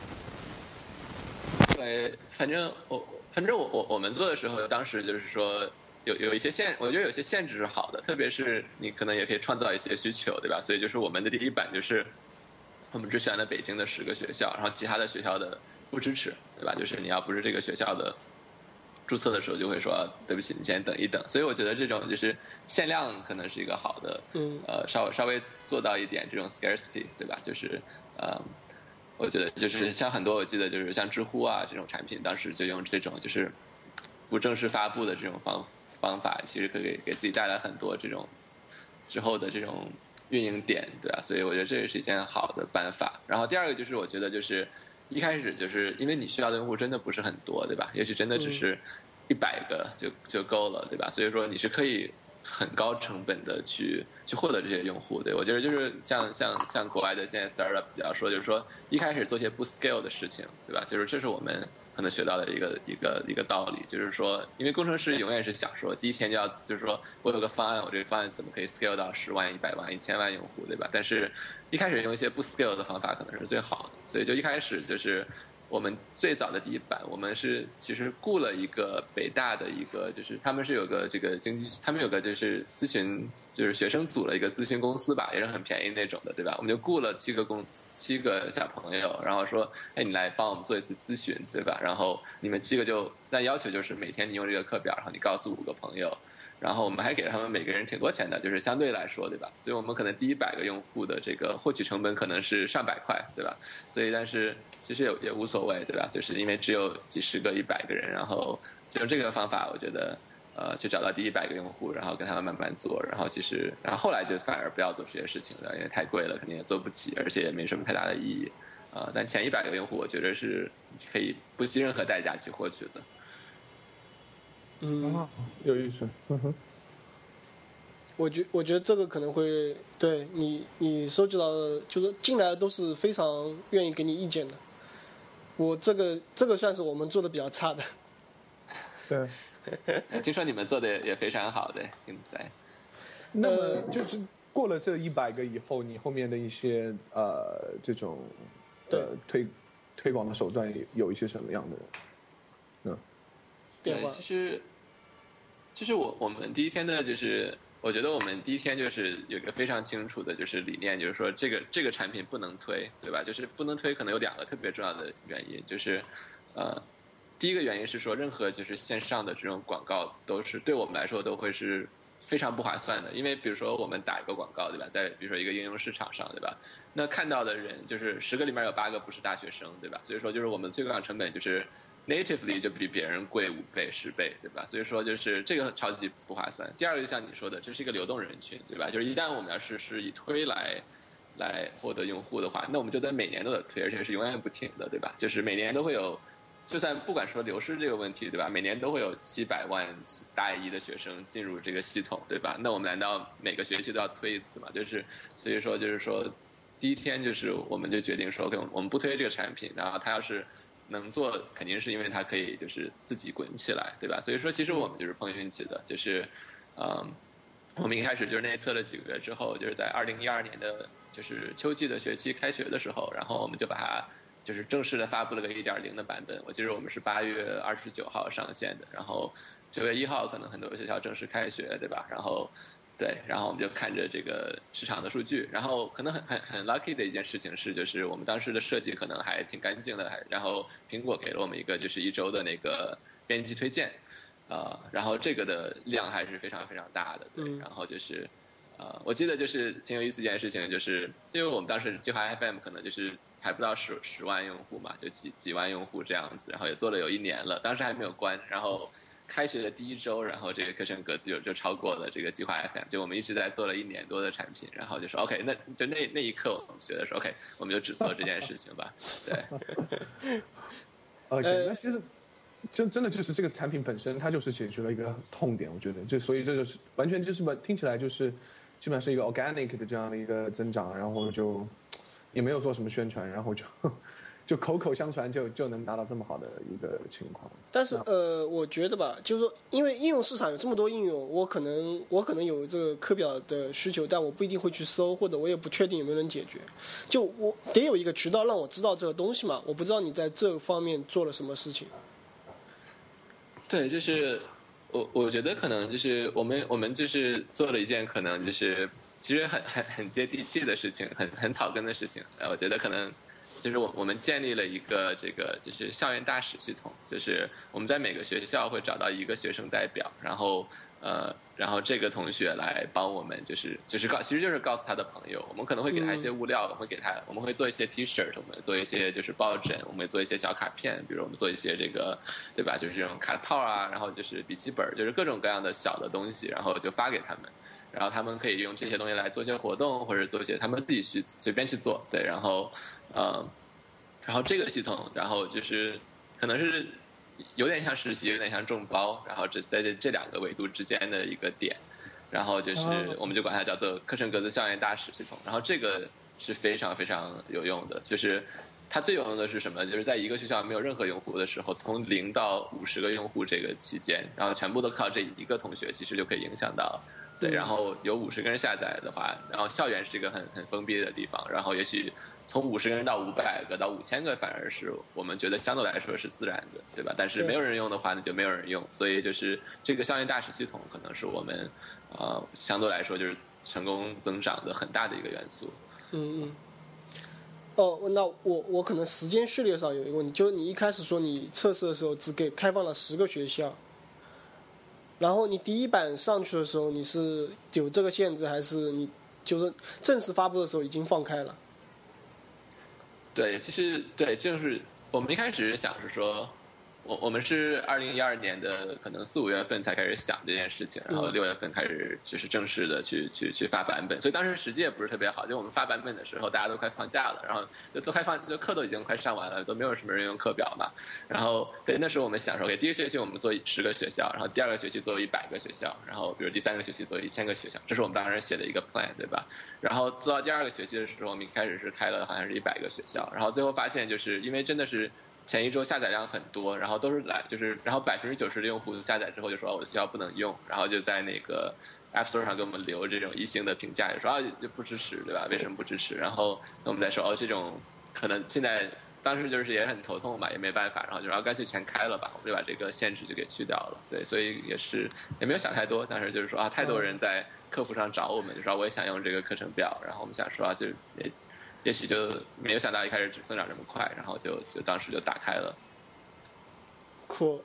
对，反正我反正我我我们做的时候，当时就是说有有一些限，我觉得有些限制是好的，特别是你可能也可以创造一些需求，对吧？所以就是我们的第一版就是我们只选了北京的十个学校，然后其他的学校的不支持，对吧？就是你要不是这个学校的注册的时候，就会说对不起，你先等一等。所以我觉得这种就是限量可能是一个好的， 嗯， 呃，稍微稍微做到一点这种 scarcity， 对吧？就是呃。我觉得就是像很多我记得就是像知乎啊这种产品，当时就用这种就是不正式发布的这种方方法，其实可以给自己带来很多这种之后的这种运营点，对吧？所以我觉得这也是一件好的办法。然后第二个就是我觉得就是一开始就是因为你需要的用户真的不是很多，对吧？也许真的只是一百个就就够了，对吧？所以说你是可以很高成本的去去获得这些用户，对，我觉得就是像像像国外的现在 startup 比较说，就是说一开始做些不 scale 的事情，对吧？就是这是我们可能学到的一个一个一个道理，就是说，因为工程师永远是想说第一天就要就是说我有个方案，我这个方案怎么可以 scale 到十万、一百万、一千万用户，对吧？但是一开始用一些不 scale 的方法可能是最好的，所以就一开始就是。我们最早的第一版，我们是其实雇了一个北大的一个，就是他们是有个这个经济，他们有个就是咨询，就是学生组了一个咨询公司吧，也是很便宜那种的，对吧？我们就雇了七个公七个小朋友，然后说，哎，你来帮我们做一次咨询，对吧？然后你们七个就，那要求就是每天你用这个课表，然后你告诉五个朋友。 然后我们还给了他们每个人挺多钱的，就是相对来说，对吧？所以我们可能第一百个用户的这个获取成本可能是上百块，对吧？所以但是其实也也无所谓，对吧？就是因为只有几十个、一百个人，然后就用这个方法，我觉得呃去找到第一百个用户，然后跟他们慢慢做，然后其实然后后来就反而不要做这些事情了，因为太贵了，肯定也做不起，而且也没什么太大的意义。呃，但前一百个用户，我觉得是可以不惜任何代价去获取的。 嗯， 有意思。嗯哼， 我觉我觉得这个可能会对你你收集到的，就是进来都是非常愿意给你意见的。我这个这个算是我们做的比较差的。 对。 听说你们做的也非常好的，现在。 那么就是过了这一百个以后，你后面的一些呃这种呃推推广的手段有一些什么样的？嗯， 对，其实就是我我们第一天的就是。我觉得我们第一天就是有一个非常清楚的，就是理念，就是说这个这个产品不能推，对吧？就是不能推，可能有两个特别重要的原因，就是呃，第一个原因是说，任何就是线上的这种广告都是对我们来说都会是非常不划算的，因为比如说我们打一个广告，对吧？在比如说一个应用市场上，对吧？那看到的人就是十个里面有八个不是大学生，对吧？所以说就是我们的推广成本就是。natively 就比别人贵五倍十倍，对吧？所以说就是这个超级不划算。第二个就像你说的，这是一个流动人群，对吧？就是一旦我们要是是以推来来获得用户的话，那我们就得每年都得推，而且是永远不停的，对吧？就是每年都会有，就算不管说流失这个问题，对吧？每年都会有七百万大一的学生进入这个系统，对吧？那我们难道每个学期都要推一次吗？就是所以说就是说，第一天就是我们就决定说，我们不推这个产品，然后他要是。能做肯定是因为它可以就是自己滚起来，对吧？所以说其实我们就是碰运气的，就是，嗯，我们一开始就是内测了几个月之后，就是在二零一二年的就是秋季的学期开学的时候，然后我们就把它就是正式的发布了个一点零的版本。我记得我们是八月二十九号上线的，然后九月一号可能很多学校正式开学，对吧？然后。对，然后我们就看着这个市场的数据，然后可能很很很 lucky 的一件事情是，就是我们当时的设计可能还挺干净的，还然后苹果给了我们一个就是一周的那个编辑推荐，呃，然后这个的量还是非常非常大的，对，然后就是呃，我记得就是挺有意思一件事情，就是因为我们当时计划 F M 可能就是还不到十十万用户嘛，就几几万用户这样子，然后也做了有一年了，当时还没有关，然后。开学的第一周，然后这个课程格子就就超过了这个计划 F M， 就我们一直在做了一年多的产品，然后就说 OK， 那就那那一刻我们觉得说 OK， 我们就只做这件事情吧，对。 OK， 那其实真真的就是这个产品本身，它就是解决了一个痛点，我觉得，就所以这就是完全就是听起来就是基本上是一个 organic 的这样的一个增长，然后就也没有做什么宣传，然后就。就口口相传就就能达到这么好的一个情况， 但是呃，我觉得吧，就是说，因为应用市场有这么多应用，我可能我可能有这个课表的需求，但我不一定会去搜，或者我也不确定有没有人解决。就我得有一个渠道让我知道这个东西嘛，我不知道你在这方面做了什么事情。 对，就是我我觉得可能就是我们我们就是做了一件可能就是其实很很很接地气的事情，很很草根的事情。呃，我觉得可能。就是我我们建立了一个这个就是校园大使系统，就是我们在每个学校会找到一个学生代表，然后呃，然后这个同学来帮我们，就是就是告，其实就是告诉他的朋友，我们可能会给他一些物料，我们会给他，我们会做一些 T 恤，我们做一些就是抱枕，我们会做一些小卡片，比如我们做一些这个，对吧？就是这种卡套啊，然后就是笔记本，就是各种各样的小的东西，然后就发给他们。然后他们可以用这些东西来做一些活动，或者做一些他们自己去随便去做，对，然后，呃，然后这个系统，然后就是可能是有点像实习，有点像众包，然后这在这这两个维度之间的一个点，然后就是我们就管它叫做课程格子校园大使系统，然后这个是非常非常有用的，就是它最有用的是什么？就是在一个学校没有任何用户的时候，从零到五十个用户这个期间，然后全部都靠这一个同学，其实就可以影响到。对，然后有五十个人下载的话，然后校园是一个很很封闭的地方，然后也许从五十个人到五百个到五千个，反而是我们觉得相对来说是自然的，对吧？但是没有人用的话，那就没有人用，所以就是这个校园大使系统可能是我们呃相对来说就是成功增长的很大的一个元素。 嗯嗯。哦，那我我可能时间序列上有一个问题，就是你一开始说你测试的时候只给开放了十个学校。 然后你第一版上去的时候，你是有这个限制，还是你就是正式发布的时候已经放开了？ 对，其实对，就是我们一开始想是说，我我们是二零一二年的可能四五月份才开始想这件事情，然后六月份开始就是正式的去去去发版本，所以当时时机也不是特别好，就我们发版本的时候大家都快放假了，然后就都快放，就课都已经快上完了，都没有什么人用课表嘛。然后对那时候我们想说，给第一个学期我们做十个学校，然后第二个学期做一百个学校，然后比如第三个学期做一千个学校，这是我们当时写的一个 plan， 对吧？然后做到第二个学期的时候，我们一开始是开了好像是一百个学校，然后最后发现就是因为真的是。前一周下载量很多，然后都是来就是，然后百分之九十的用户下载之后就说、哦、我的学校不能用，然后就在那个 App Store 上给我们留这种一星的评价，就说啊就不支持，对吧？为什么不支持？然后我们再说哦这种可能现在当时就是也很头痛嘛，也没办法，然后就然后干脆全开了吧，我们就把这个限制就给去掉了。对，所以也是也没有想太多，当时就是说啊太多人在客服上找我们，就说我也想用这个课程表，然后我们想说啊就也。也许就没有想到一开始增长这么快，然后就就当时就打开了。 酷。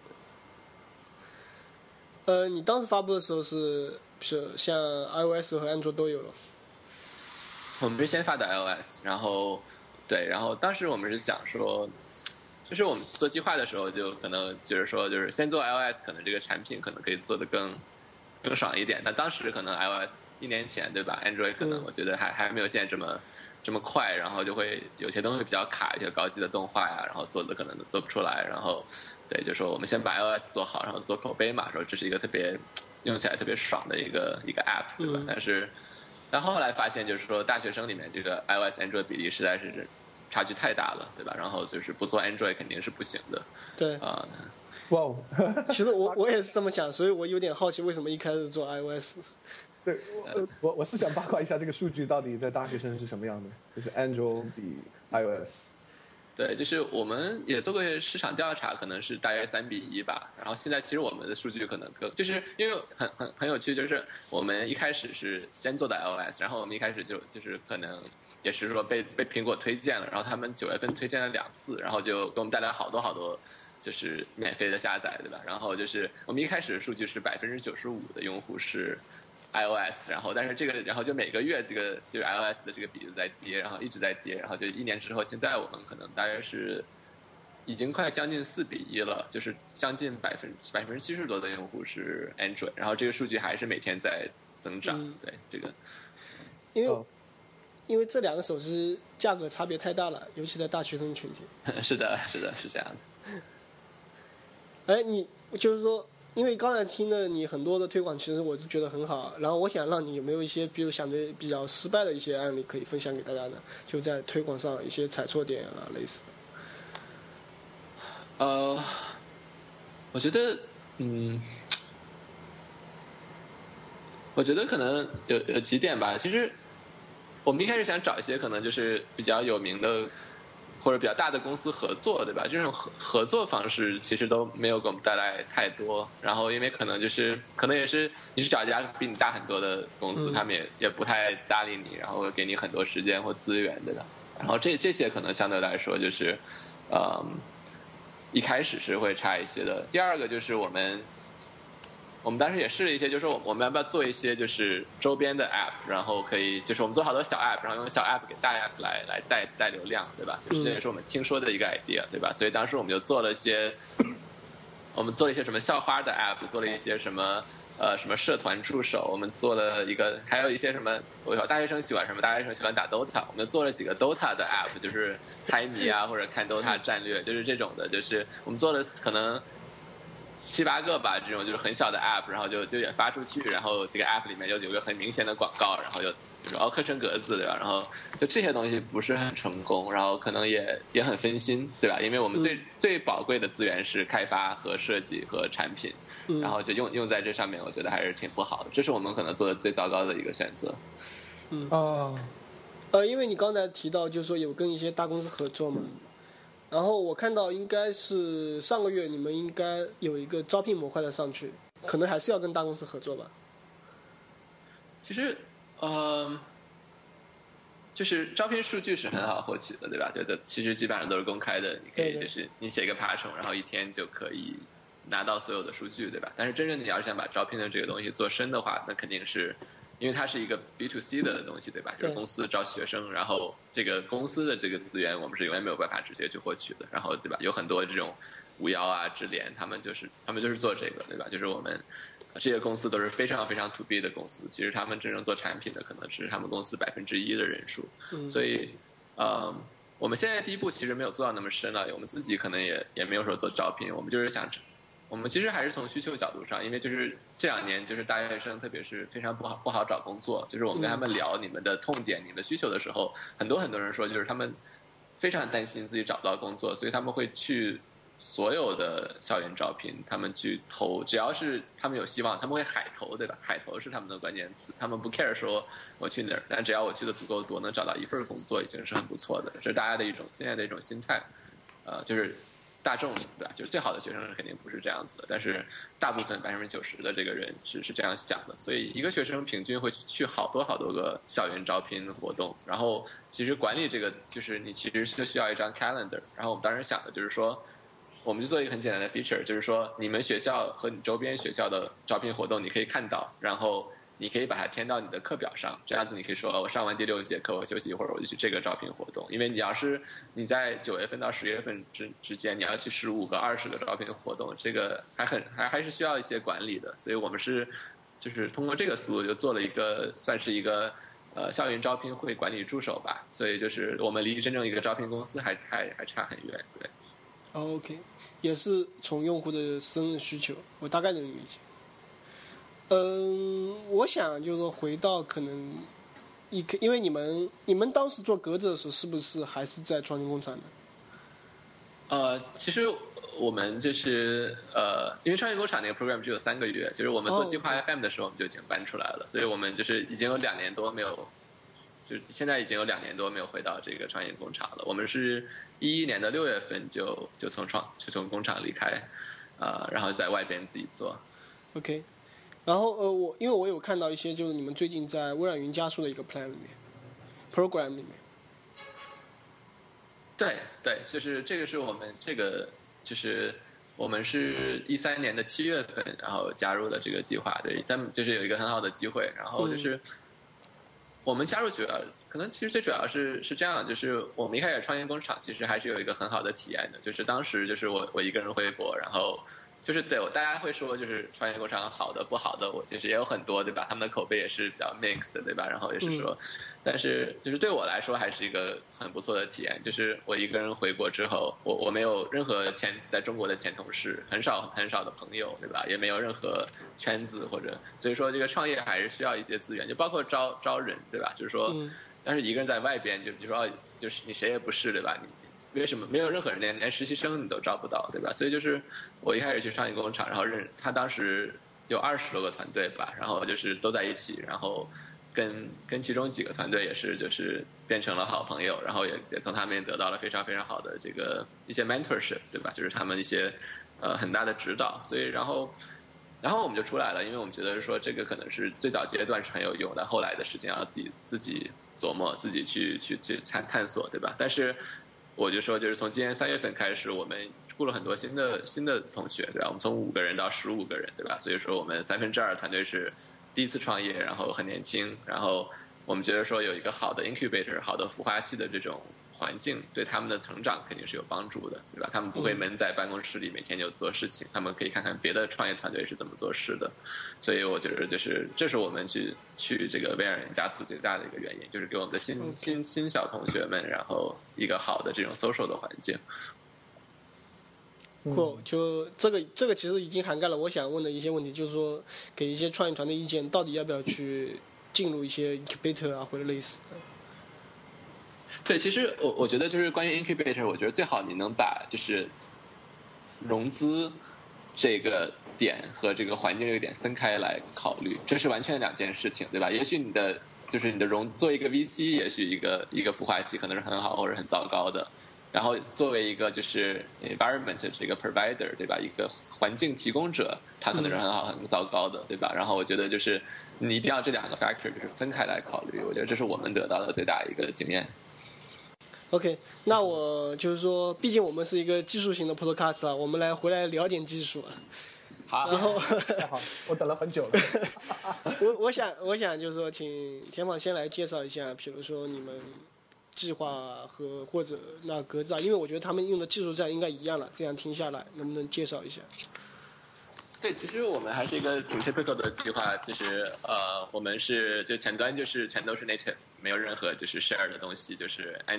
呃，你当时发布的时候是是像 iOS 和安卓都有了？ 我们是先发的 iOS， 然后对，然后当时我们是想说，就是我们做计划的时候就可能就是说就是先做 iOS， 可能这个产品可能可以做得更更爽一点。但当时可能 iOS 一年前对吧 ？Android 可能我觉得还、嗯、还没有现在这么。这么快，然后就会有些东西比较卡，一些高级的动画呀，然后做的可能都做不出来。然后，对，就说我们先把 iOS 做好，然后做口碑嘛，说这是一个特别用起来特别爽的一个一个 app， 对吧？嗯、但是，但后来发现就是说，大学生里面这个 iOS Android 比例实在是差距太大了，对吧？然后就是不做 Android 肯定是不行的。 对啊， 哇哦！ 其实我我也是这么想，所以我有点好奇为什么一开始做 iOS。 对，我我我是想八卦一下这个数据到底在大学生是什么样的，就是 Android 比 iOS。 对，就是我们也做过市场调查，可能是大约三比一吧。然后现在其实我们的数据可能更，就是因为很很很有趣，就是我们一开始是先做的 iOS， 然后我们一开始就就是可能也是说被被苹果推荐了，然后他们九月份推荐了两次，然后就给我们带来好多好多就是免费的下载，对吧？然后就是我们一开始的数据是百分之九十五的用户是。iOS， 然后但是这个，然后就每个月这个就是 iOS 的这个比例在跌，然后一直在跌，然后就一年之后，现在我们可能大约是已经快将近四比一了，就是将近百分百分之七十多的用户是 Android， 然后这个数据还是每天在增长。嗯、对这个， 因为、哦、因为这两个手机价格差别太大了，尤其在大学生群体。 是的，是的，是这样的。 哎，你就是说。因为刚才听了你很多的推广，其实我就觉得很好。然后我想让你有没有一些，比如相对比较失败的一些案例可以分享给大家呢？就在推广上一些踩错点啊，类似的。呃，我觉得，嗯，我觉得可能有有几点吧。其实我们一开始想找一些可能就是比较有名的。或者比较大的公司合作，对吧？这种合合作方式其实都没有给我们带来太多。然后因为可能就是可能也是你是找一家比你大很多的公司，嗯、他们也也不太搭理你，然后给你很多时间或资源，对吧？然后这这些可能相对来说就是，嗯，一开始是会差一些的。第二个就是我们。我们当时也试了一些，就是我们要不要做一些就是周边的 app， 然后可以就是我们做好多小 app， 然后用小 app 给大 app 来来带带流量，对吧？就是这也是我们听说的一个 idea， 对吧？所以当时我们就做了一些，我们做了一些什么校花的 app， 做了一些什么呃什么社团助手，我们做了一个，还有一些什么，我大学生喜欢什么，大学生喜欢打 Dota， 我们做了几个 Dota 的 app， 就是猜谜啊或者看 Dota 战略，就是这种的，就是我们做了可能。七八个吧，这种就是很小的 app， 然后就就也发出去，然后这个 app 里面就有个很明显的广告，然后就就是哦课程格子对吧？然后就这些东西不是很成功，然后可能也也很分心对吧？因为我们最、嗯、最宝贵的资源是开发和设计和产品，嗯、然后就用用在这上面，我觉得还是挺不好的，这是我们可能做的最糟糕的一个选择。 嗯哦， 呃，因为你刚才提到就是说有跟一些大公司合作嘛。然后我看到应该是上个月你们应该有一个招聘模块的上去，可能还是要跟大公司合作吧。 其实，呃，就是招聘数据是很好获取的，对吧？就其实基本上都是公开的，你可以就是你写一个爬虫，然后一天就可以拿到所有的数据，对吧？但是真正你要是想把招聘的这个东西做深的话，那肯定是因为它是一个 B to C 的东西，对吧？就是公司招学生，然后这个公司的这个资源我们是永远没有办法直接去获取的，然后对吧？有很多这种五幺啊、智联，他们就是他们就是做这个，对吧？就是我们这些公司都是非常非常 to B 的公司，其实他们真正做产品的可能只是他们公司百分之一的人数，所以呃。我们现在第一步其实没有做到那么深了，我们自己可能也也没有说做招聘，我们就是想，我们其实还是从需求角度上，因为就是这两年就是大学生特别是非常不好不好找工作，就是我们跟他们聊你们的痛点、你们的需求的时候，很多很多人说就是他们非常担心自己找不到工作，所以他们会去所有的校园招聘，他们去投，只要是他们有希望，他们会海投，对吧？海投是他们的关键词，他们不 care 说我去哪儿，但只要我去的足够多，能找到一份工作，已经是很不错的。这是大家的一种现在的一种心态，呃，就是大众，对吧？就是最好的学生肯定不是这样子的，但是大部分百分之九十的这个人是是这样想的，所以一个学生平均会去好多好多个校园招聘活动，然后其实管理这个就是你其实是需要一张 calendar， 然后我们当时想的就是说。我们就做一个很简单的 feature， 就是说你们学校和你周边学校的招聘活动你可以看到，然后你可以把它填到你的课表上，这样子你可以说我上完第六节课我休息一会儿我就去这个招聘活动，因为你要是你在九月份到十月份之之间你要去十五个二十个招聘活动，这个还很还还是需要一些管理的，所以我们是就是通过这个思路就做了一个算是一个呃校园招聘会管理助手吧，所以就是我们离真正一个招聘公司还还还差很远，对。 OK， 也是从用户的生日需求，我大概能理解。嗯，我想就是说回到可能一，因为你们你们当时做格子的时候，是不是还是在创新工厂的？ 呃，其实我们就是呃，因为创业工厂那个 program 只有三个月，其实我们做计划 F M 的时候我们就已经搬出来了，所以我们就是已经有两年多没有。就现在已经有两年多没有回到这个创业工厂了。我们是一一年的六月份就就从创就从工厂离开，呃，然后在外边自己做。 OK， 然后呃，我因为我有看到一些就是你们最近在微软云加速的一个 plan 里面 ，program 里面。 对对，就是这个是我们这个就是我们是一三年的七月份，然后加入了这个计划，对，他们就是有一个很好的机会，然后就是。嗯我们加入主要可能其实最主要是是这样，就是我们一开始创业工厂其实还是有一个很好的体验的，就是当时就是我我一个人回国，然后就是对我大家会说就是创业工厂好的不好的，我其实也有很多对吧？他们的口碑也是比较 mixed 的对吧？然后也是说，嗯、但是就是对我来说还是一个很不错的体验，就是我一个人回国之后，我我没有任何前在中国的前同事，很少很少的朋友对吧？也没有任何圈子或者，所以说这个创业还是需要一些资源，就包括招招人对吧？就是说，嗯、但是一个人在外边就比如说就是你谁也不是对吧？你。为什么没有任何人连连实习生你都招不到，对吧？所以就是我一开始去创业工厂，然后认他当时有二十多个团队吧，然后就是都在一起，然后跟跟其中几个团队也是就是变成了好朋友，然后也也从他们得到了非常非常好的这个一些 mentorship， 对吧？就是他们一些呃很大的指导，所以然后然后我们就出来了，因为我们觉得说这个可能是最早阶段是很有用的，后来的事情要自己自己琢磨，自己去去去探探索，对吧？但是。我就说，就是从今年三月份开始，我们雇了很多新的新的同学，对吧？我们从五个人到十五个人，对吧？所以说，我们三分之二团队是第一次创业，然后很年轻，然后我们觉得说有一个好的 incubator、好的孵化器的这种环境，对他们的成长肯定是有帮助的，对吧？他们不会闷在办公室里每天就做事情，他们可以看看别的创业团队是怎么做事的。所以我觉得，就是这是我们去去这个微软加速最大的一个原因，就是给我们的新、okay. 新新小同学们，然后一个好的这种 social 的环境。 cool， 就这个这个其实已经涵盖了我想问的一些问题，就是说给一些创业团队意见，到底要不要去进入一些 incubator 啊或者类似的。 对，其实我我觉得就是关于 incubator， 我觉得最好你能把就是融资这个点和这个环境这个点分开来考虑，这是完全两件事情，对吧？也许你的就是你的融做一个 V C， 也许一个一个孵化器可能是很好或者很糟糕的，然后作为一个就是 environment 这个 provider， 对吧？一个环境提供者，它可能是很好很糟糕的，对吧？然后我觉得就是你一定要这两个 factor 就是分开来考虑，我觉得这是我们得到的最大一个经验。 OK， 那我就是说，毕竟我们是一个技术型的 podcast 啊，我们来回来聊点技术啊。 好， 然后好，我等了很久了。 我我想我想就是说，请田访先来介绍一下，比如说你们计划和或者那格子啊，因为我觉得他们用的技术栈应该一样了，这样听下来能不能介绍一下？ 对，其实我们还是一个挺 typical 的计划。其实呃，我们是就前端就是全都是 native， 没有任何就是 share 的东西，就是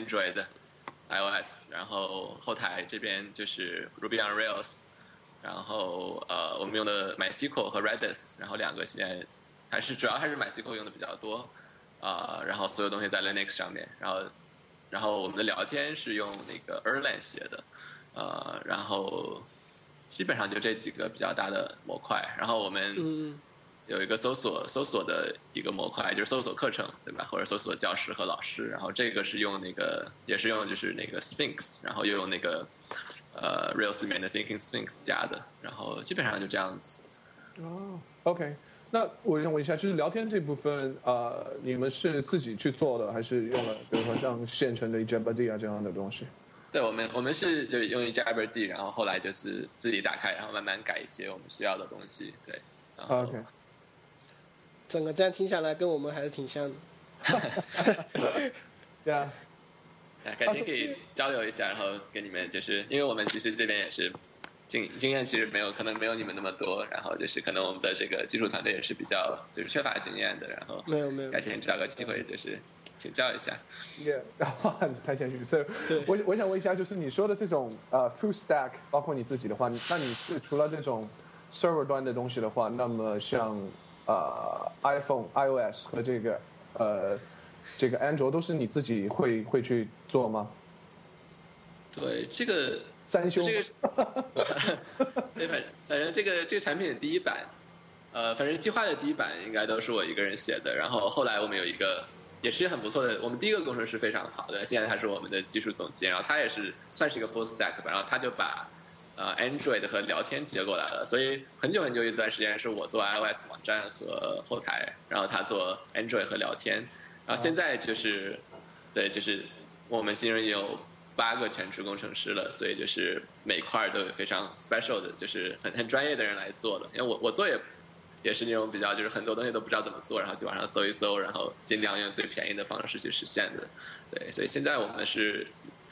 Android、iOS， 然后后台这边就是 Ruby on Rails。然后呃，我们用的 MySQL 和 Redis， 然后两个现在还是主要还是 MySQL 用的比较多啊、呃。然后所有东西在 Linux 上面，然后然后我们的聊天是用那个 Erlang 写的，呃，然后基本上就这几个比较大的模块。然后我们有一个搜索搜索的一个模块，就是搜索课程，对吧？或者搜索教师和老师。然后这个是用那个也是用就是那个 Sphinx， 然后又用那个。呃 ，Rails 里面的 Thinking Sphinx 加的，然后基本上就这样子。 哦 ，OK， 那我想问一下，就是聊天这部分，呃，你们是自己去做的，还是用了比如说像现成的 Jabberdy 啊这样的东西？ 对，我们我们是就是用 Jabberdy， 然后后来就是自己打开，然后慢慢改一些我们需要的东西。对 ，OK， 整个这样听下来跟我们还是挺像的。 对啊。 改天可以交流一下，然后给你们就是因为我们其实这边也是经经验其实没有可能没有你们那么多，然后就是可能我们的这个技术团队也是比较就是缺乏经验的，然后没有没有改天找个机会就是请教一下。 也太谦虚，所以我我想问一下，就是你说的这种呃 full stack， 包括你自己的话，那你是除了这种 server 端的东西的话，那么像呃 iPhone、iOS 和这个呃。这个安卓都是你自己会会去做吗？ 对，这个三修， 这个，对，反正反正这个这个产品的第一版，呃，反正计划的第一版应该都是我一个人写的。然后后来我们有一个也是很不错的，我们第一个工程师非常好的，现在他是我们的技术总监，然后他也是算是一个 full stack 吧，然后他就把呃 Android 和聊天接过来了。所以很久很久一段时间是我做 iOS 网站和后台，然后他做 Android 和聊天。然后现在就是，对，就是我们新人有八个全职工程师了，所以就是每块都有非常 special 的，就是很很专业的人来做的。因为我我做也也是那种比较，就是很多东西都不知道怎么做，然后去网上搜一搜，然后尽量用最便宜的方式去实现的。对，所以现在我们是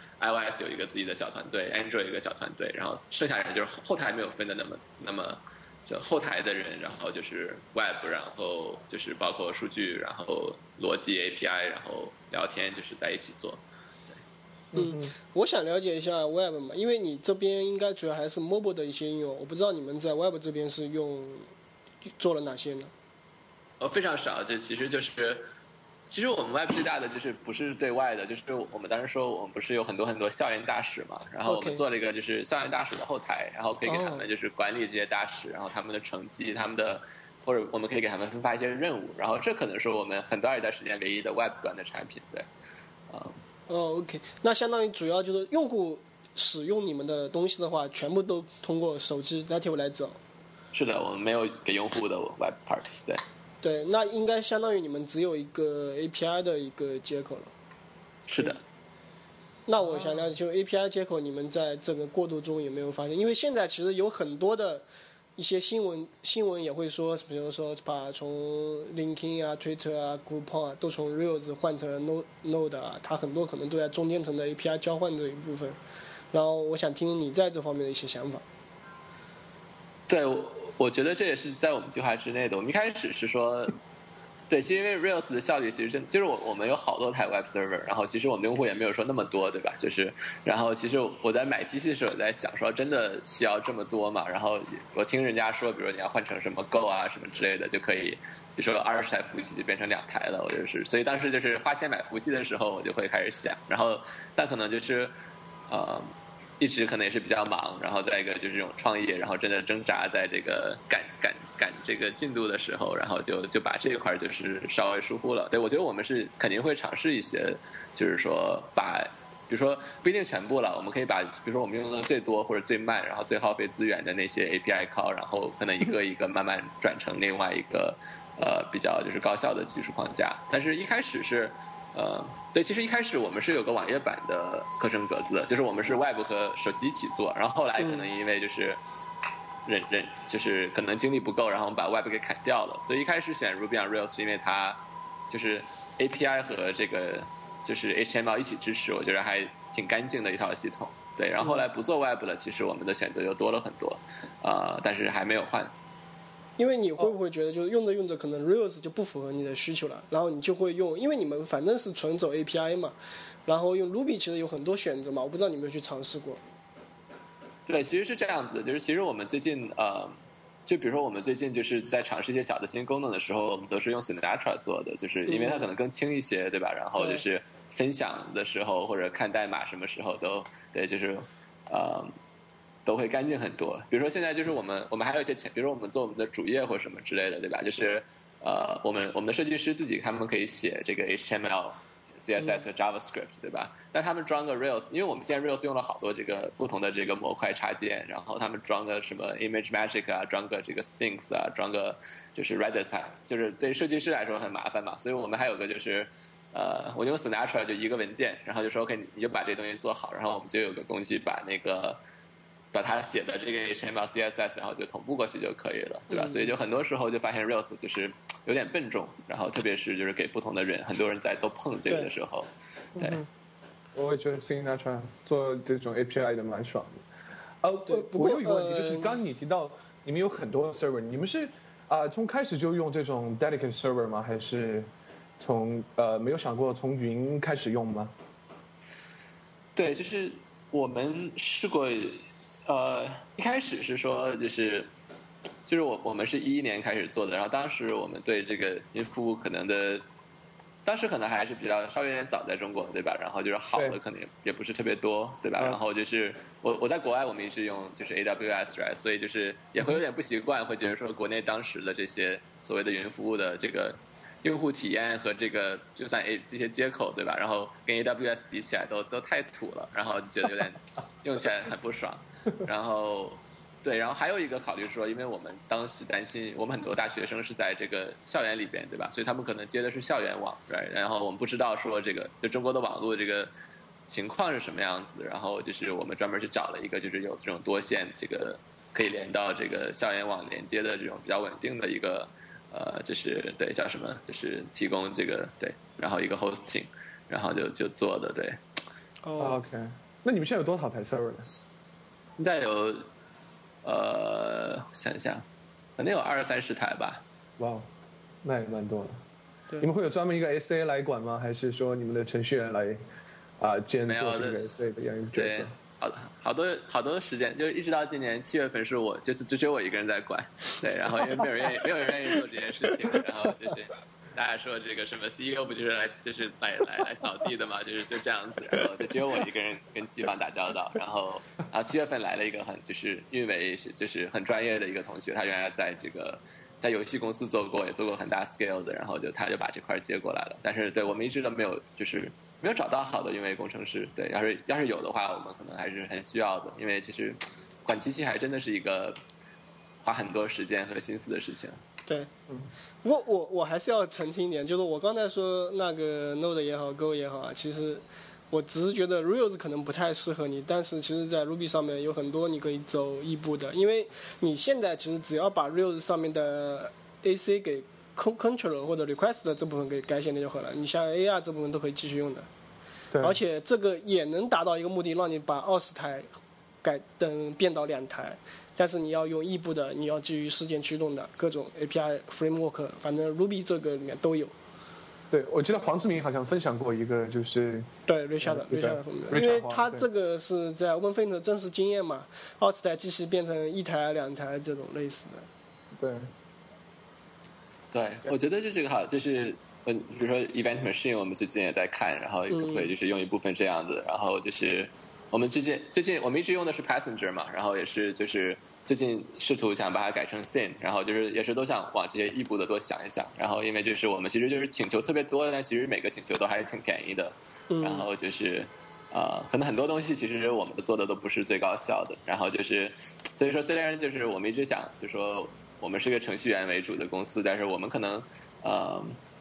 iOS 有一个自己的小团队 ，Android 有一个小团队，然后剩下人就是后台没有分的那么那么。就后台的人，然后就是 Web， 然后就是包括数据，然后逻辑 A P I， 然后聊天，就是在一起做。 嗯，我想了解一下 Web 嘛，因为你这边应该主要还是 Mobile 的一些应用，我不知道你们在 Web 这边是用做了哪些呢？ 呃，非常少，这其实就是。其实我们 Web 最大的就是不是对外的，就是我们当时说我们不是有很多很多校园大使嘛，然后我们做了一个就是校园大使的后台，然后可以给他们就是管理这些大使，然后他们的成绩、他们的或者我们可以给他们分发一些任务，然后这可能是我们很大一段时间唯一的 Web 端的产品，对，啊、嗯。 哦 ，OK， 那相当于主要就是用户使用你们的东西的话，全部都通过手机 native 来走。 是的，我们没有给用户的 Web Parts， 对。 对，那应该相当于你们只有一个 A P I 的一个接口了。 是的。 那我想了解，就 A P I 接口，你们在这个过渡中有没有发现？因为现在其实有很多的一些新闻，新闻也会说，比如说把从 LinkedIn 啊、Twitter 啊、Groupon 啊，都从 Reels 换成了 Node Node 啊，它很多可能都在中间层的 A P I 交换这一部分。然后我想听听你在这方面的一些想法。 对，我觉得这也是在我们计划之内的。我们一开始是说，对，其实因为 Rails 的效率其实真就是我我们有好多台 Web Server， 然后其实我们用户也没有说那么多，对吧？就是，然后其实我在买机器的时候在想说，真的需要这么多嘛？然后我听人家说，比如你要换成什么 Go 啊什么之类的，就可以，比如说二十台服务器就变成两台了。我就是，所以当时就是花钱买服务器的时候，我就会开始想，然后但可能就是，呃。一直可能也是比较忙，然后再一个就是这种创业，然后真的挣扎在这个赶赶赶这个进度的时候，然后就就把这一块就是稍微疏忽了。对，我觉得我们是肯定会尝试一些，就是说把，比如说不一定全部了，我们可以把，比如说我们用的最多或者最慢，然后最耗费资源的那些 A P I call， 然后可能一个一个慢慢转成另外一个呃比较就是高效的技术框架。但是一开始是呃，对，其实一开始我们是有个网页版的课程格子的，就是我们是 Web 和手机一起做，然后后来可能因为就是人人就是可能精力不够，然后我们把 Web 给砍掉了，所以一开始选 Ruby on Rails 是因为它就是 A P I 和这个就是 H T M L 一起支持，我觉得还挺干净的一套系统。对，然后后来不做 Web 了，其实我们的选择又多了很多，呃，但是还没有换。 因为你会不会觉得，就是用着用着，可能 Rails 就不符合你的需求了，然后你就会用，因为你们反正是纯走 A P I 嘛，然后用 Ruby 其实有很多选择嘛，我不知道你有没有去尝试过。 对，其实是这样子，就是其实我们最近呃，就比如说我们最近就是在尝试一些小的新功能的时候，我们都是用 Sinatra 做的，就是因为它可能更轻一些，对吧？然后就是分享的时候或者看代码什么时候都对，就是呃。都会干净很多。比如说现在就是我们我们还有一些前，比如说我们做我们的主页或什么之类的，对吧？就是呃，我们我们的设计师自己他们可以写这个 H T M L、C S S 和 JavaScript， 对吧？但他们装个 Rails， 因为我们现在 Rails 用了好多这个不同的这个模块插件，然后他们装个什么 Image Magic 啊，装个这个 Sphinx 啊，装个就是 Redis 啊，就是对设计师来说很麻烦嘛。所以我们还有个就是呃，我用 Sinatra 就一个文件，然后就说 OK， 你就把这东西做好，然后我们就有个工具把那个。把它写的这个 H T M L、C S S， 然后就同步过去就可以了，对吧？嗯、所以就很多时候就发现 Rails 就是有点笨重，然后特别是就是给不同的人，很多人在都碰这个的时候，对。对嗯、我也觉得 Sinatra 做这种 A P I 的蛮爽的。哦， 对， 我有一个问题，就是刚刚你提到你们有很多 server， 你们是啊、呃、从开始就用这种 dedicated server 吗？还是从呃没有想过从云开始用吗？ 对，就是我们试过。呃，一开始是说就是，就是我我们是一一年开始做的，然后当时我们对这个云服务可能的，当时可能还是比较稍微有点早在中国，对吧？然后就是好的可能也也不是特别多，对吧？然后就是我我在国外我们一直用就是 A W S， right？ 所以就是也会有点不习惯，会觉得说国内当时的这些所谓的云服务的这个用户体验和这个就算 A 这些接口，对吧？然后跟 A W S 比起来都都太土了，然后就觉得有点用起来很不爽。然后，对，然后还有一个考虑是说，因为我们当时担心，我们很多大学生是在这个校园里边，对吧？所以他们可能接的是校园网，right？然后我们不知道说这个就中国的网络这个情况是什么样子，然后就是我们专门去找了一个就是有这种多线这个可以连到这个校园网连接的这种比较稳定的一个呃，就是对叫什么，就是提供这个对，然后一个 hosting， 然后就就做的对。 哦、oh, ，OK， 那你们现在有多少台 server 呢？ 现在有，呃，想一想，可能有二三十台吧。 哇，那也蛮多的。你们会有专门一个 S A 来管吗？还是说你们的程序员来啊兼做这个 S A 的这样一个角色？ 好的，好多好多时间，就一直到今年七月份是我，就是就只有我一个人在管。对，然后因为没有人愿意，没有人愿意做这件事情，然后就是。大家说这个什么 C E O 不就是来就是来来来扫地的嘛，就是就这样子，然后就只有我一个人跟机房打交道，然后啊七月份来了一个很就是运维是就是很专业的一个同学，他原来在这个在游戏公司做过，也做过很大 scale 的，然后就他就把这块接过来了。但是对我们一直都没有就是没有找到好的运维工程师，对，要是要是有的话，我们可能还是很需要的，因为其实管机器还真的是一个花很多时间和心思的事情。 对，嗯，不过我我还是要澄清一点，就是我刚才说那个 Node 也好 ，Go 也好啊，其实我只是觉得 Rails 可能不太适合你，但是其实在 Ruby 上面有很多你可以走异步的，因为你现在其实只要把 Rails 上面的 A C 给 control 或者 request 的这部分给改写了就好了，你像 A R 这部分都可以继续用的， 对， 而且这个也能达到一个目的，让你把二十台改等变到两台。但是你要用异步的，你要基于事件驱动的各种 A P I framework， 反正 Ruby 这个里面都有。 对，我记得黄志明好像分享过一个，就是对 Richard Richard 分享，因为他这个是在 OpenFin 的真实经验嘛，二十台机器变成一台两台这种类似的。 对， 对，我觉得这是个好，就是嗯，比如说 Event Machine， 我们最近也在看，然后可不可以就是用一部分这样子，嗯、然后就是我们最近最近我们一直用的是 Passenger 嘛，然后也是就是最近试图想把它改成 Thin， 然后就是也是都想往这些异步的多想一想，然后因为就是我们其实就是请求特别多，但其实每个请求都还是挺便宜的， 嗯、 然后就是呃，可能很多东西其实我们做的都不是最高效的，然后就是所以说虽然就是我们一直想就说我们是个程序员为主的公司，但是我们可能呃。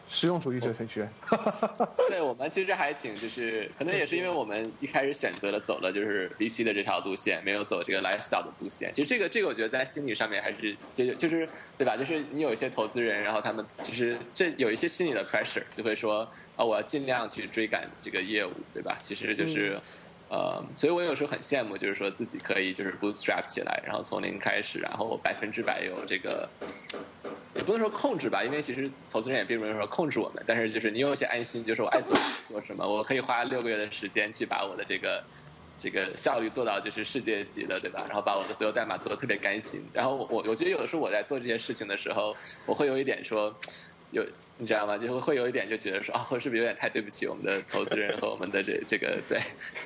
实用主义者程序员。 对，我们其实还挺就是可能也是因为我们一开始选择了走了就是 V C 的这条路线，没有走这个 lifestyle 的路线。其实这个这个我觉得在心理上面还是就就是对吧？就是你有一些投资人，然后他们就是这有一些心理的 pressure， 就会说啊，我要尽量去追赶这个业务，对吧？其实就是。嗯呃，所以我有时候很羡慕，就是说自己可以就是 bootstrap 起来，然后从零开始，然后百分之百有这个，也不能说控制吧，因为其实投资人也并没有说控制我们，但是就是你有一些安心，就是我爱做做什么，我可以花六个月的时间去把我的这个这个效率做到就是世界级的，对吧？然后把我的所有代码做得特别甘心。然后我我觉得有的时候我在做这些事情的时候，我会有一点说。有你知道吗？就会有一点就觉得说啊，会是不是有点太对不起我们的投资人和我们的这这个对。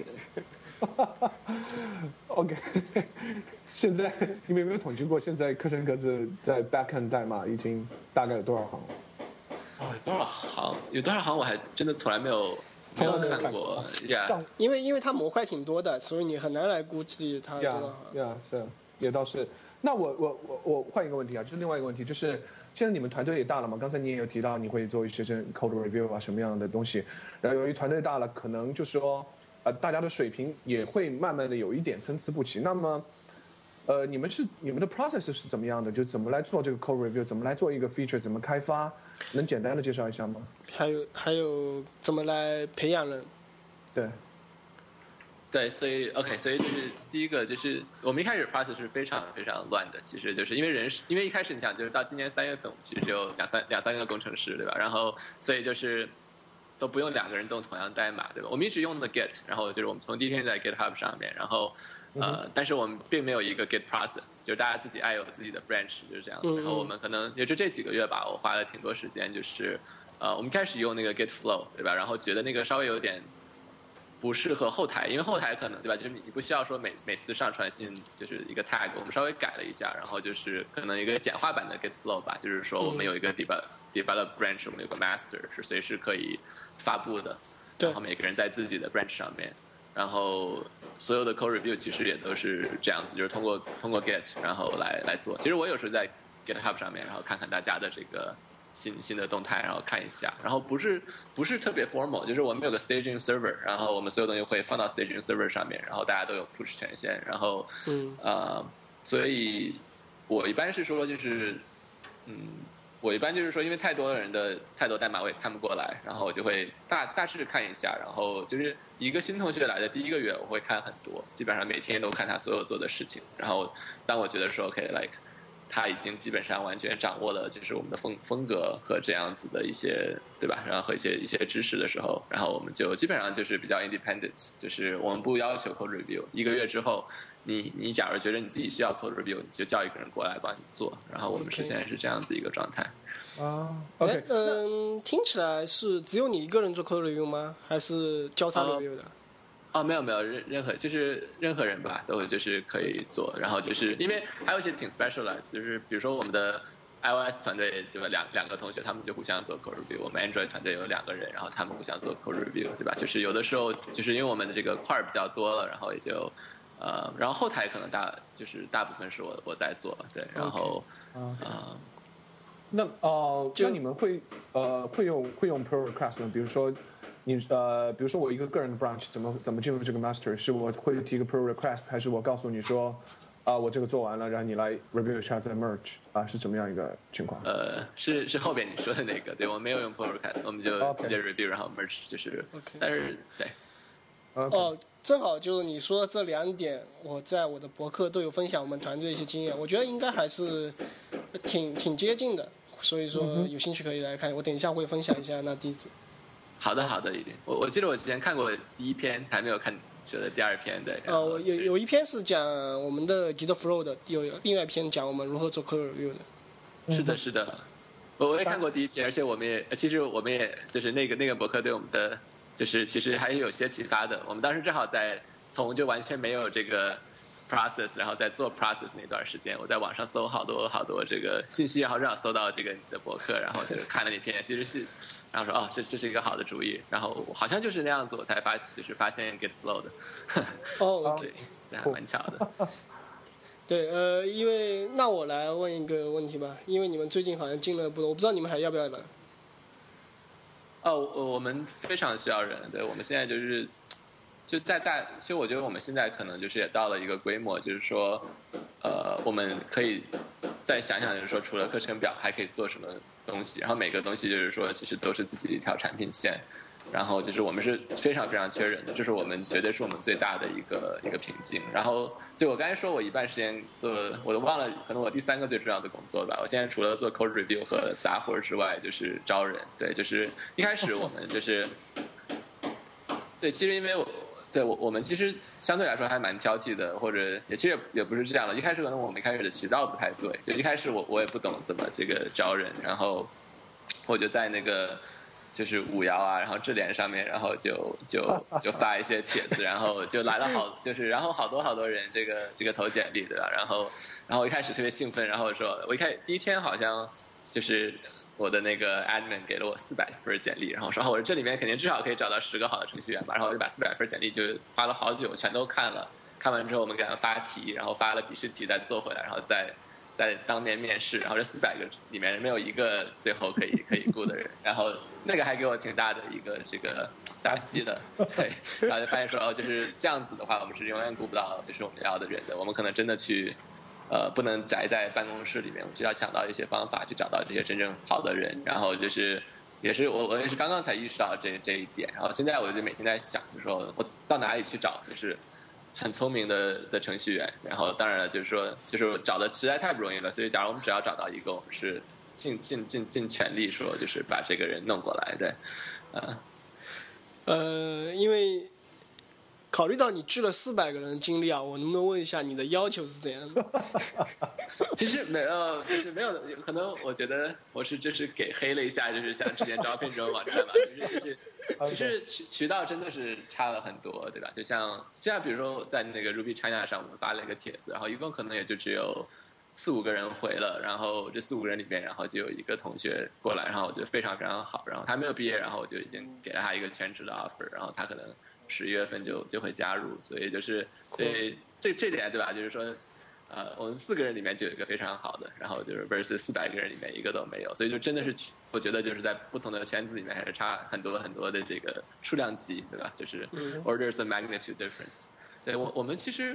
OK， 现在你们有没有统计过，现在课程格子在 backend 代码已经大概有多少行？ 哦，有多少行？有多少行？我还真的从来没有没有看过。呀， 因为因为它模块挺多的，所以你很难来估计它多少行。 呀，是，也倒是。那我我我我换一个问题啊，就是另外一个问题，就是现在你们团队也大了嘛？刚才你也有提到你会做一些这 code review 啊什么样的东西，然后由于团队大了，可能就是说呃大家的水平也会慢慢的有一点参差不齐。那么呃你们是你们的 process 是怎么样的？就怎么来做这个 code review， 怎么来做一个 feature， 怎么开发？能简单的介绍一下吗？ 还有还有怎么来培养人？ 对。 对，所以 OK， 所以就是第一个就是我们一开始 process 是非常非常乱的，其实就是因为人因为一开始你想就是到今年三月份，我们其实只有两三两三个工程师，对吧？然后所以就是都不用两个人动同样代码，对吧？我们一直用的 Git， 然后就是我们从第一天在 GitHub 上面，然后呃，但是我们并没有一个 Git process， 就是大家自己爱有自己的 branch， 就是这样子。然后我们可能也就这几个月吧，我花了挺多时间，就是呃，我们开始用那个 Git Flow， 对吧？然后觉得那个稍微有点。不适合后台，因为后台可能对吧？就是你不需要说每每次上传新就是一个 tag， 我们稍微改了一下，然后就是可能一个简化版的 Git Flow 吧，就是说我们有一个 develop develop branch， 我们有个 master 是随时可以发布的，然后每个人在自己的 branch 上面，然后所有的 code review 其实也都是这样子，就是通过通过 Git 然后来来做。其实我有时候在 GitHub 上面，然后看看大家的这个。新新的动态，然后看一下，然后不是不是特别 formal， 就是我们有个 staging server， 然后我们所有东西会放到 staging server 上面，然后大家都有 push 权限，然后嗯呃，所以我一般是说就是嗯，我一般就是说，因为太多人的太多代码我也看不过来，然后我就会大大致看一下，然后就是一个新同学来的第一个月，我会看很多，基本上每天都看他所有做的事情，然后当我觉得说 OK like。他已经基本上完全掌握了，就是我们的风风格和这样子的一些，对吧？然后和一些一些知识的时候，然后我们就基本上就是比较 independent， 就是我们不要求 code review。一个月之后，你你假如觉得你自己需要 code review， 你就叫一个人过来帮你做。然后我们是现在是这样子一个状态。 啊 ，OK， 嗯，听起来是只有你一个人做 code review 吗？还是交叉 review 的？ 哦，没有没有，任任何就是任何人吧，都就是可以做。然后就是因为还有一些挺 specialized， 就是比如说我们的 iOS 团队对吧，两两个同学他们就互相做 code review， 我们 Android 团队有两个人，然后他们互相做 code review， 对吧？就是有的时候就是因为我们的这个块儿比较多了，然后也就呃，然后后台可能大就是大部分是我我在做，对，然后啊、okay. 呃， 那哦、呃，那你们会呃会用会用 pull request 吗？比如说。你呃，比如说我一个个人的 branch 怎么怎么进入这个 master？ 是我会提个 pull request， 还是我告诉你说，啊、呃，我这个做完了，然后你来 review 一下再 merge 啊，是怎么样一个情况？ 呃，是是后边你说的那个，对，我没有用 pull request， 我们就直接 review， 然后 merge， 就是， okay. 但是对， okay. 哦，正好就是你说的这两点，我在我的博客都有分享我们团队的一些经验，我觉得应该还是挺挺接近的，所以说有兴趣可以来看，我等一下会分享一下那地址。 好的，好的，一点。我我记得我之前看过第一篇，还没有看觉得第二篇的。 呃，我有有一篇是讲我们的 Git Flow 的，有另外一篇讲我们如何做 code review 的。 是的，是的，我我也看过第一篇，而且我们也其实我们也就是那个那个博客对我们的就是其实还是有些启发的。我们当时正好在从就完全没有这个 process， 然后在做 process 那段时间，我在网上搜好多好多这个信息，然后正好搜到这个你的博客，然后就看了那篇，其实是。然后说哦，这这是一个好的主意。然后好像就是那样子，我才发就是发现 Git Flow 的。 哦， 对，这还蛮巧的。 对，呃，因为那我来问一个问题吧，因为你们最近好像进了不多，我不知道你们还要不要来。 哦，我们非常需要人，对，我们现在就是就在在，其实我觉得我们现在可能就是也到了一个规模，就是说，呃，我们可以再想想，就是说除了课程表还可以做什么东西，然后每个东西就是说其实都是自己的一条产品线。然后就是我们是非常非常缺人的，这是我们绝对是我们最大的一个一个瓶颈。然后对我刚才说我一半时间做，我都忘了，可能我第三个最重要的工作吧。我现在除了做 code review 和杂活之外，就是招人。对，就是一开始我们就是对，其实因为我对我我们其实相对来说还蛮挑剔的，或者也其实也也不是这样的。一开始可能我们一开始的渠道不太对，就一开始我我也不懂怎么这个招人，然后我就在那个。就是五幺啊，然后智联上面，然后就就就发一些帖子，然后就来了好，就是然后好多好多人这个这个投简历，对吧？然后然后我一开始特别兴奋，然后说，我一开第一天好像就是我的那个 admin 给了我四百份简历，然后说，我说这里面肯定至少可以找到十个好的程序员吧，然后我就把四百份简历就花了好久全都看了，看完之后我们给他发题，然后发了笔试题再做回来，然后再。在当面面试，然后这四百个里面没有一个最后可以可以雇的人，然后那个还给我挺大的一个这个打击的，对，然后就发现说哦，就是这样子的话，我们是永远雇不到就是我们要的人的，我们可能真的去呃不能宅在办公室里面，我们就要想到一些方法去找到这些真正好的人，然后就是也是我我也是刚刚才意识到这这一点，然后现在我就每天在想，就说我到哪里去找就是。很聪明的的程序员，然后当然了，就是说，就是找的实在太不容易了。所以，假如我们只要找到一个，我们是尽尽尽尽全力说，就是把这个人弄过来，对，呃， 呃，因为考虑到你聚了四百个人的经历啊，我能不能问一下你的要求是怎样的？ 其实没有，就是没有，可能我觉得我是就是给黑了一下，就是像之前招聘这种网站嘛，就是就是。其实渠渠道真的是差了很多，对吧？就像现在，比如说在那个 Ruby China 上，我们发了一个帖子，然后一共可能也就只有四五个人回了，然后这四五个人里边，然后就有一个同学过来，然后我觉得非常非常好，然后他没有毕业，然后我就已经给了他一个全职的 offer， 然后他可能十一月份就就会加入，所以就是对这这点，对吧？就是说。呃，我们四个人里面就有一个非常好的，然后就是 versus 四百个人里面一个都没有，所以就真的是，我觉得就是在不同的圈子里面还是差很多很多的这个数量级，对吧？就是 orders of magnitude difference。对我我们其实，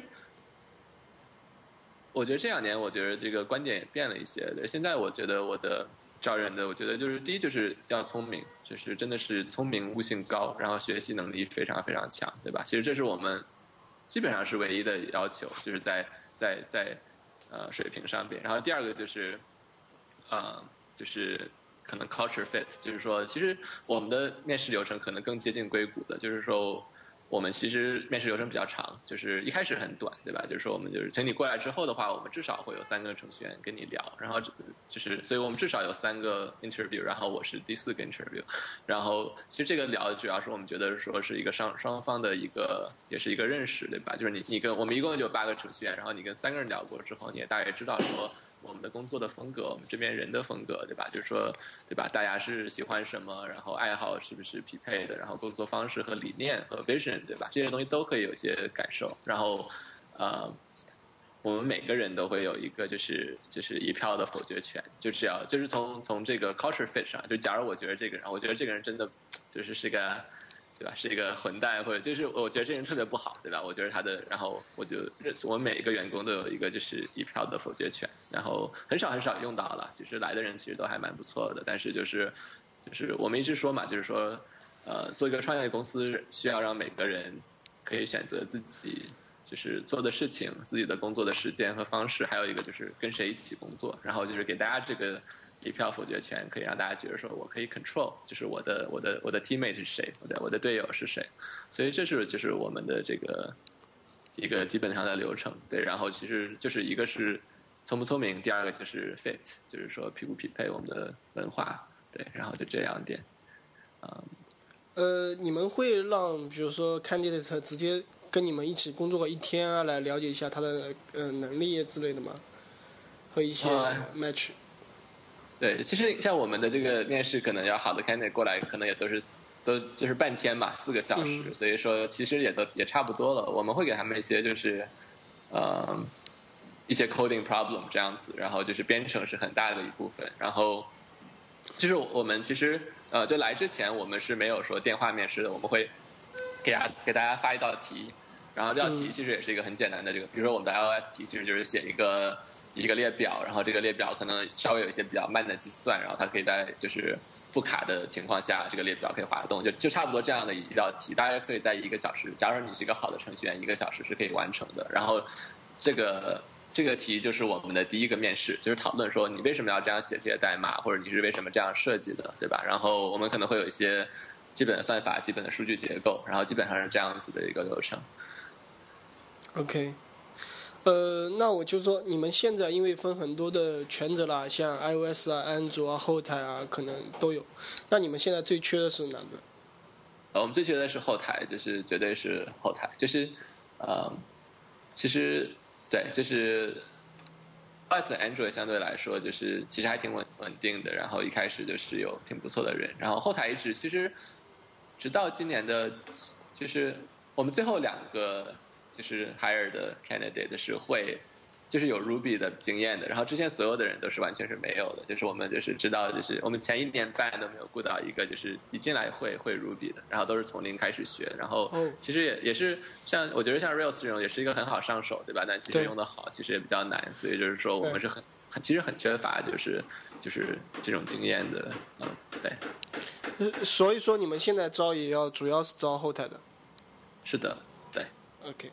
我觉得这两年我觉得这个观点也变了一些。对，现在我觉得我的招人的，我觉得就是第一就是要聪明，就是真的是聪明、悟性高，然后学习能力非常非常强，对吧？其实这是我们基本上是唯一的要求，就是在。在在呃水平上边，然后第二个就是呃就是可能 culture fit， 就是说其实我们的面试流程可能更接近硅谷的，就是说我们其实面试流程比较长，就是一开始很短，对吧？就是说我们就是请你过来之后的话，我们至少会有三个程序员跟你聊，然后就是所以我们至少有三个 interview， 然后我是第四个 interview， 然后其实这个聊主要是我们觉得说是一个双双方的一个也是一个认识，对吧？就是你你跟我们一共就有八个程序员，然后你跟三个人聊过之后，你也大概知道说。我们的工作的风格，我们这边人的风格，对吧？就是说，对吧？大家是喜欢什么，然后爱好是不是匹配的，然后工作方式和理念和 vision， 对吧？这些东西都可以有一些感受。然后，呃，我们每个人都会有一个就是就是一票的否决权，就只要就是从从这个 culture fit 上，就假如我觉得这个人，我觉得这个人真的就是是个。对吧？是一个混蛋，或者就是我觉得这人特别不好，对吧？我觉得他的，然后我就我们每一个员工都有一个就是一票的否决权，然后很少很少用到了。其实来的人其实都还蛮不错的，但是就是就是我们一直说嘛，就是说呃，做一个创业公司需要让每个人可以选择自己就是做的事情、自己的工作的时间和方式，还有一个就是跟谁一起工作，然后就是给大家这个。一票否决权可以让大家觉得说我可以 control， 就是我的我的我的 teammate 是谁，我的我的队友是谁，所以这是就是我们的这个一个基本上的流程，对，然后其实就是一个是聪不聪明，第二个就是 fit， 就是说匹不匹配我们的文化，对，然后就这两点，嗯， 呃，你们会让比如说 candidate 直接跟你们一起工作个一天啊，来了解一下他的呃能力之类的吗？和一些 match。嗯对，其实像我们的这个面试，可能要好的 candidate 过来，可能也都是都就是半天吧，四个小时， 嗯、 所以说其实也都也差不多了。我们会给他们一些就是，呃，一些 coding problem 这样子，然后就是编程是很大的一部分，然后就是我们其实呃，就来之前我们是没有说电话面试的，我们会给大家给大家发一道题，然后这道题其实也是一个很简单的这个，比如说我们的 iOS 题其实就是写一个一个列表，然后这个列表可能稍微有一些比较慢的计算，然后它可以在就是不卡的情况下，这个列表可以滑动，就就差不多这样的一道题，大家可以在一个小时，假如你是一个好的程序员，一个小时是可以完成的。然后这个这个题就是我们的第一个面试，就是讨论说你为什么要这样写这些代码，或者你是为什么这样设计的，对吧？然后我们可能会有一些基本的算法、基本的数据结构，然后基本上是这样子的一个流程。 OK。呃，那我就说，你们现在因为分很多的权责啦，像 iOS 啊、安卓啊、后台啊，可能都有。那你们现在最缺的是哪个？ 呃，我们最缺的是后台，就是绝对是后台，就是呃，其实对，就是 iOS 和 Android 相对来说，就是其实还挺稳稳定的。然后一开始就是有挺不错的人，然后后台一直其实直到今年的，就是我们最后两个。就是 hire 的 candidate 是会，就是有 Ruby 的经验的，然后之前所有的人都是完全是没有的，就是我们就是知道，就是我们前一年半都没有雇到一个就是一进来会会 Ruby 的，然后都是从零开始学，然后其实也也是像我觉得像 Rails 这种也是一个很好上手，对吧？但其实用的好其实也比较难，所以就是说我们是很很其实很缺乏就是就是这种经验的，嗯，对。 所以说你们现在招也要主要是招后台的。 是的，对。 OK。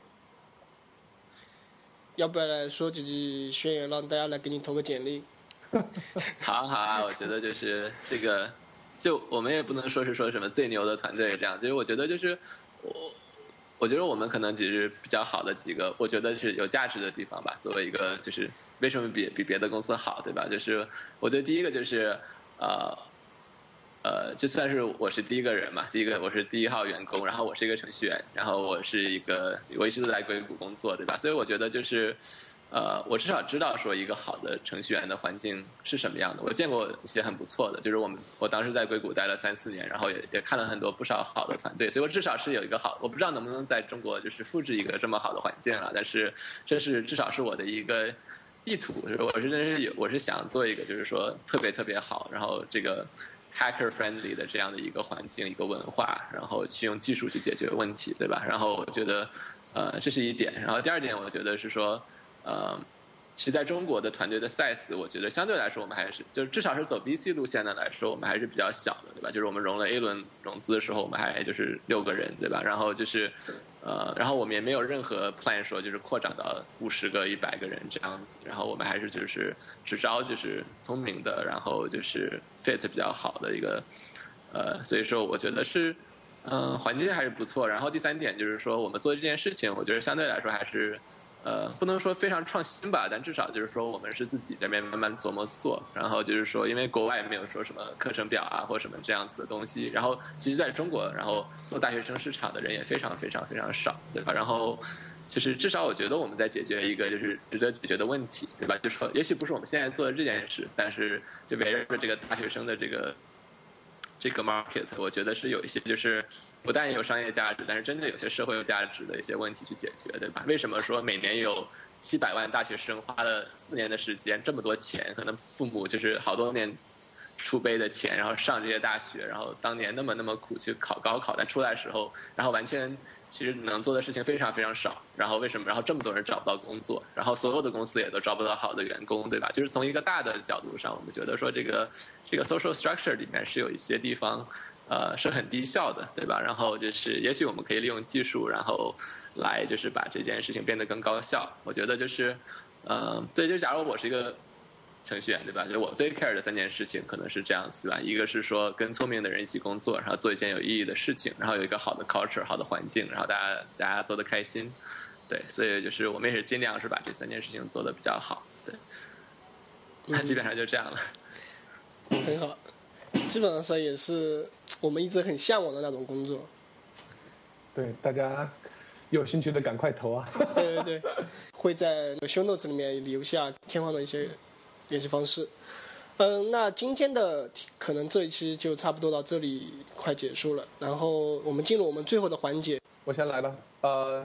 要不要来说几句宣言，让大家来给你投个简历？ 好啊好啊，我觉得就是这个，就我们也不能说是说什么最牛的团队这样，就是我觉得就是我，我觉得我们可能只是比较好的几个，我觉得是有价值的地方吧。作为一个就是为什么比比别的公司好，对吧？就是我觉得第一个就是呃。呃，就算是我是第一个人嘛，第一个我是第一号员工，然后我是一个程序员，然后我是一个我一直都在硅谷工作，对吧？所以我觉得就是，呃，我至少知道说一个好的程序员的环境是什么样的。我见过一些很不错的，就是我们我当时在硅谷待了三四年，然后也也看了很多不少好的团队，所以我至少是有一个好，我不知道能不能在中国就是复制一个这么好的环境了，但是这是至少是我的一个意图，就是我是真是有我是想做一个就是说特别特别好，然后这个。hacker friendly 的这样的一个环境一个文化，然后去用技术去解决问题，对吧？然后我觉得呃这是一点，然后第二点我觉得是说呃其实在中国的团队的 size 我觉得相对来说我们还是就是至少是走 B C 路线的来说我们还是比较小的，对吧？就是我们融了 A 轮融资的时候我们还就是六个人，对吧？然后就是呃然后我们也没有任何 plan 说就是扩展到五十个一百个人这样子，然后我们还是就是只招就是聪明的，然后就是 fit 比较好的一个呃所以说我觉得是嗯、呃、环境还是不错。然后第三点就是说我们做这件事情我觉得相对来说还是呃，不能说非常创新吧，但至少就是说我们是自己这边慢慢琢磨做，然后就是说因为国外没有说什么课程表啊或什么这样子的东西，然后其实在中国然后做大学生市场的人也非常非常非常少，对吧？然后就是至少我觉得我们在解决一个就是值得解决的问题，对吧？就是说也许不是我们现在做的这件事，但是就围绕着这个大学生的这个这个 market 我觉得是有一些就是不但有商业价值，但是真的有些社会价值的一些问题去解决，对吧？为什么说每年有七百万大学生花了四年的时间这么多钱，可能父母就是好多年储备的钱，然后上这些大学，然后当年那么那么苦去考高考，但出来的时候然后完全其实能做的事情非常非常少，然后为什么然后这么多人找不到工作，然后所有的公司也都招不到好的员工，对吧？就是从一个大的角度上我们觉得说这个这个 social structure 里面是有一些地方呃是很低效的，对吧？然后就是也许我们可以利用技术然后来就是把这件事情变得更高效。我觉得就是呃对，就假如我是一个程序员，对吧？就是我最 care 的三件事情可能是这样子，对吧？一个是说跟聪明的人一起工作，然后做一件有意义的事情，然后有一个好的 culture 好的环境，然后大家大家做得开心，对，所以就是我们也是尽量是把这三件事情做得比较好，对，那基本上就这样了。 很好，基本上也是我们一直很向往的那种工作。 对，大家有兴趣的赶快投啊！ 对对对，会在 show notes 里面留下天荒的一些联系方式。嗯，那今天的可能这一期就差不多到这里快结束了，然后我们进入我们最后的环节。 我先来了，呃，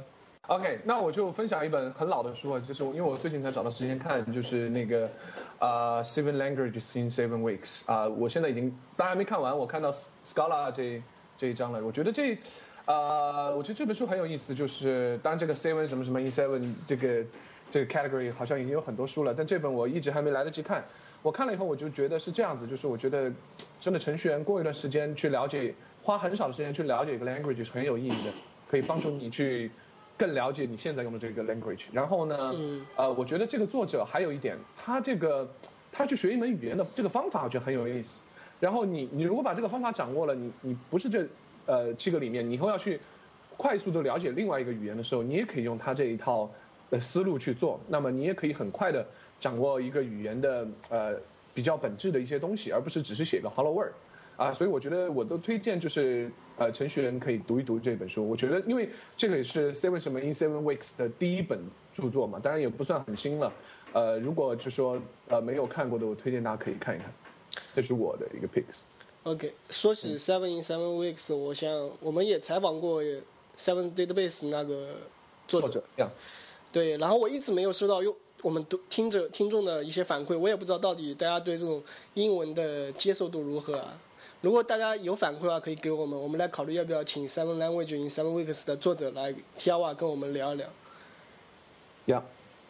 OK， 那我就分享一本很老的书啊，就是因为我最近才找到时间看，就是那个啊、呃、Seven Languages in Seven Weeks 啊、呃，我现在已经当然没看完，我看到 Scala 这这一章了，我觉得这啊、呃，我觉得这本书很有意思，就是当然这个 Seven 什么什么 in Seven 这个这个 category 好像已经有很多书了，但这本我一直还没来得及看。我看了以后，我就觉得是这样子，就是我觉得真的程序员过一段时间去了解，花很少的时间去了解一个 language 是很有意义的，可以帮助你去更了解你现在用的这个 language。然后呢， 嗯、 呃，我觉得这个作者还有一点，他这个他去学一门语言的这个方法，我觉得很有意思。然后你你如果把这个方法掌握了，你你不是这呃七个里面，你以后要去快速的了解另外一个语言的时候，你也可以用他这一套的思路去做。那么你也可以很快的掌握一个语言的呃比较本质的一些东西，而不是只是写个 hello world 啊。所以我觉得我都推荐就是呃程序员可以读一读这本书。我觉得因为这个也是 Seven 什么 in Seven Weeks 的第一本著作嘛，当然也不算很新了。呃，如果就说呃没有看过的，我推荐大家可以看一看。这是我的一个 picks。 OK， 说起 Seven in Seven Weeks，、嗯、我想我们也采访过 Seven Database 那个作者。 作者呀。 对，然后我一直没有收到用我们读听者听众的一些反馈，我也不知道到底大家对这种英文的接受度如何啊。如果大家有反馈的话，可以给我们，我们来考虑要不要请 Seven Language in Seven Weeks 的作者来 T R 跟我们聊一聊。 呀。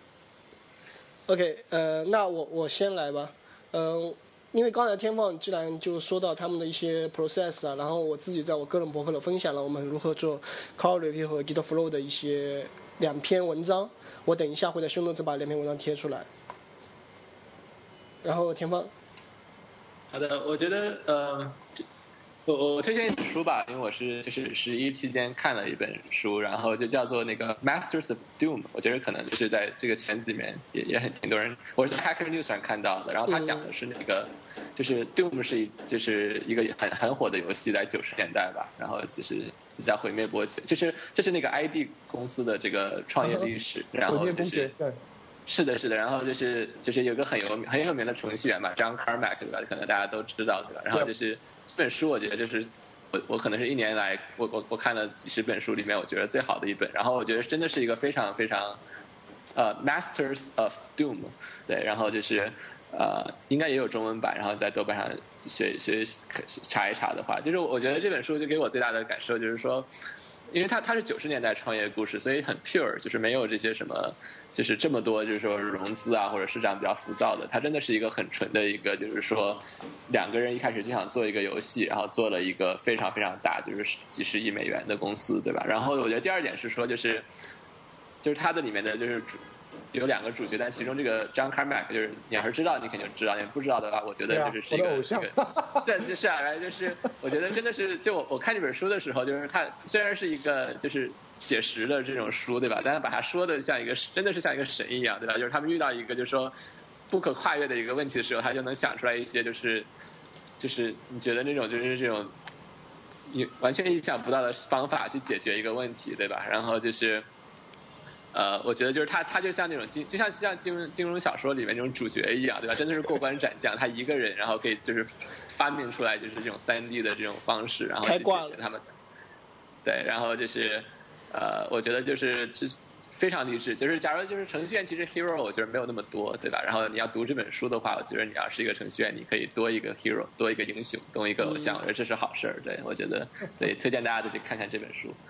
OK， 呃，那我我先来吧，呃。因为刚才天放既然就说到他们的一些 process 啊，然后我自己在我个人博客里分享了我们如何做 Corelate 和 Gitflow 的一些两篇文章，我等一下会在show notes把两篇文章贴出来。然后天放， 好的，我觉得呃，我我推荐一本书吧，因为我是就是十一期间看了一本书，然后就叫做那个 Masters of Doom， 我觉得可能就是在这个圈子里面也也很挺多人，我是在 Hacker News 上看到的，然后他讲的是那个。嗯就是 Doom 是一就是一个很很火的游戏，在九十年代吧，然后就是在毁灭波及，就是这是那个 I D 公司的这个创业历史，然后就是是的是的，然后就是就是有个很有很有名的程序员嘛 ，John Carmack 对吧？可能大家都知道对吧？然后就是这本书，我觉得就是我我可能是一年来我我我看了几十本书里面，我觉得最好的一本，然后我觉得真的是一个非常非常呃 Masters of Doom， 对，然后就是。呃，应该也有中文版，然后在豆瓣上学学查一查的话，就是我觉得这本书就给我最大的感受就是说，因为它它是九十年代创业故事，所以很 pure， 就是没有这些什么，就是这么多就是说融资啊或者市场比较浮躁的，它真的是一个很纯的一个，就是说两个人一开始就想做一个游戏，然后做了一个非常非常大，就是几十亿美元的公司，对吧？然后我觉得第二点是说，就是就是它的里面的就是。有两个主角，但其中这个 John Carmack 就是你要是知道，你肯定知道；你不知道的话，我觉得就是是一个这个， 对，就是啊，就是我觉得真的是，就我我看这本书的时候，就是它虽然是一个就是写实的这种书，对吧？但是把它说的像一个真的是像一个神一样，对吧？就是他们遇到一个就是说不可跨越的一个问题的时候，他就能想出来一些就是就是你觉得那种就是这种你完全意想不到的方法去解决一个问题，对吧？然后就是。呃，我觉得就是他，他就像那种金，就像像金融金融小说里面那种主角一样，对吧？真的是过关斩将，他一个人，然后可以就是发明出来就是这种三 D 的这种方式，然后去解决他们。对，然后就是呃，我觉得就是这非常励志。就是假如就是程序员，其实 hero 我觉得没有那么多，对吧？然后你要读这本书的话，我觉得你要是一个程序员，你可以多一个 hero， 多一个英雄，多一个偶像，我觉得这是好事儿。对，我觉得，所以推荐大家都去看看这本书。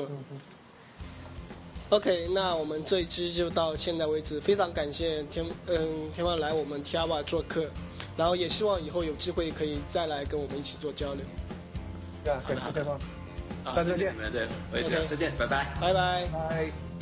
cool。OK， 那我们这一期就到现在为止，非常感谢天嗯天放来我们 T R 吧做客，然后也希望以后有机会可以再来跟我们一起做交流。 对啊，感谢天放，大家再见。 对，我也是，再见，拜拜， 拜拜， 拜。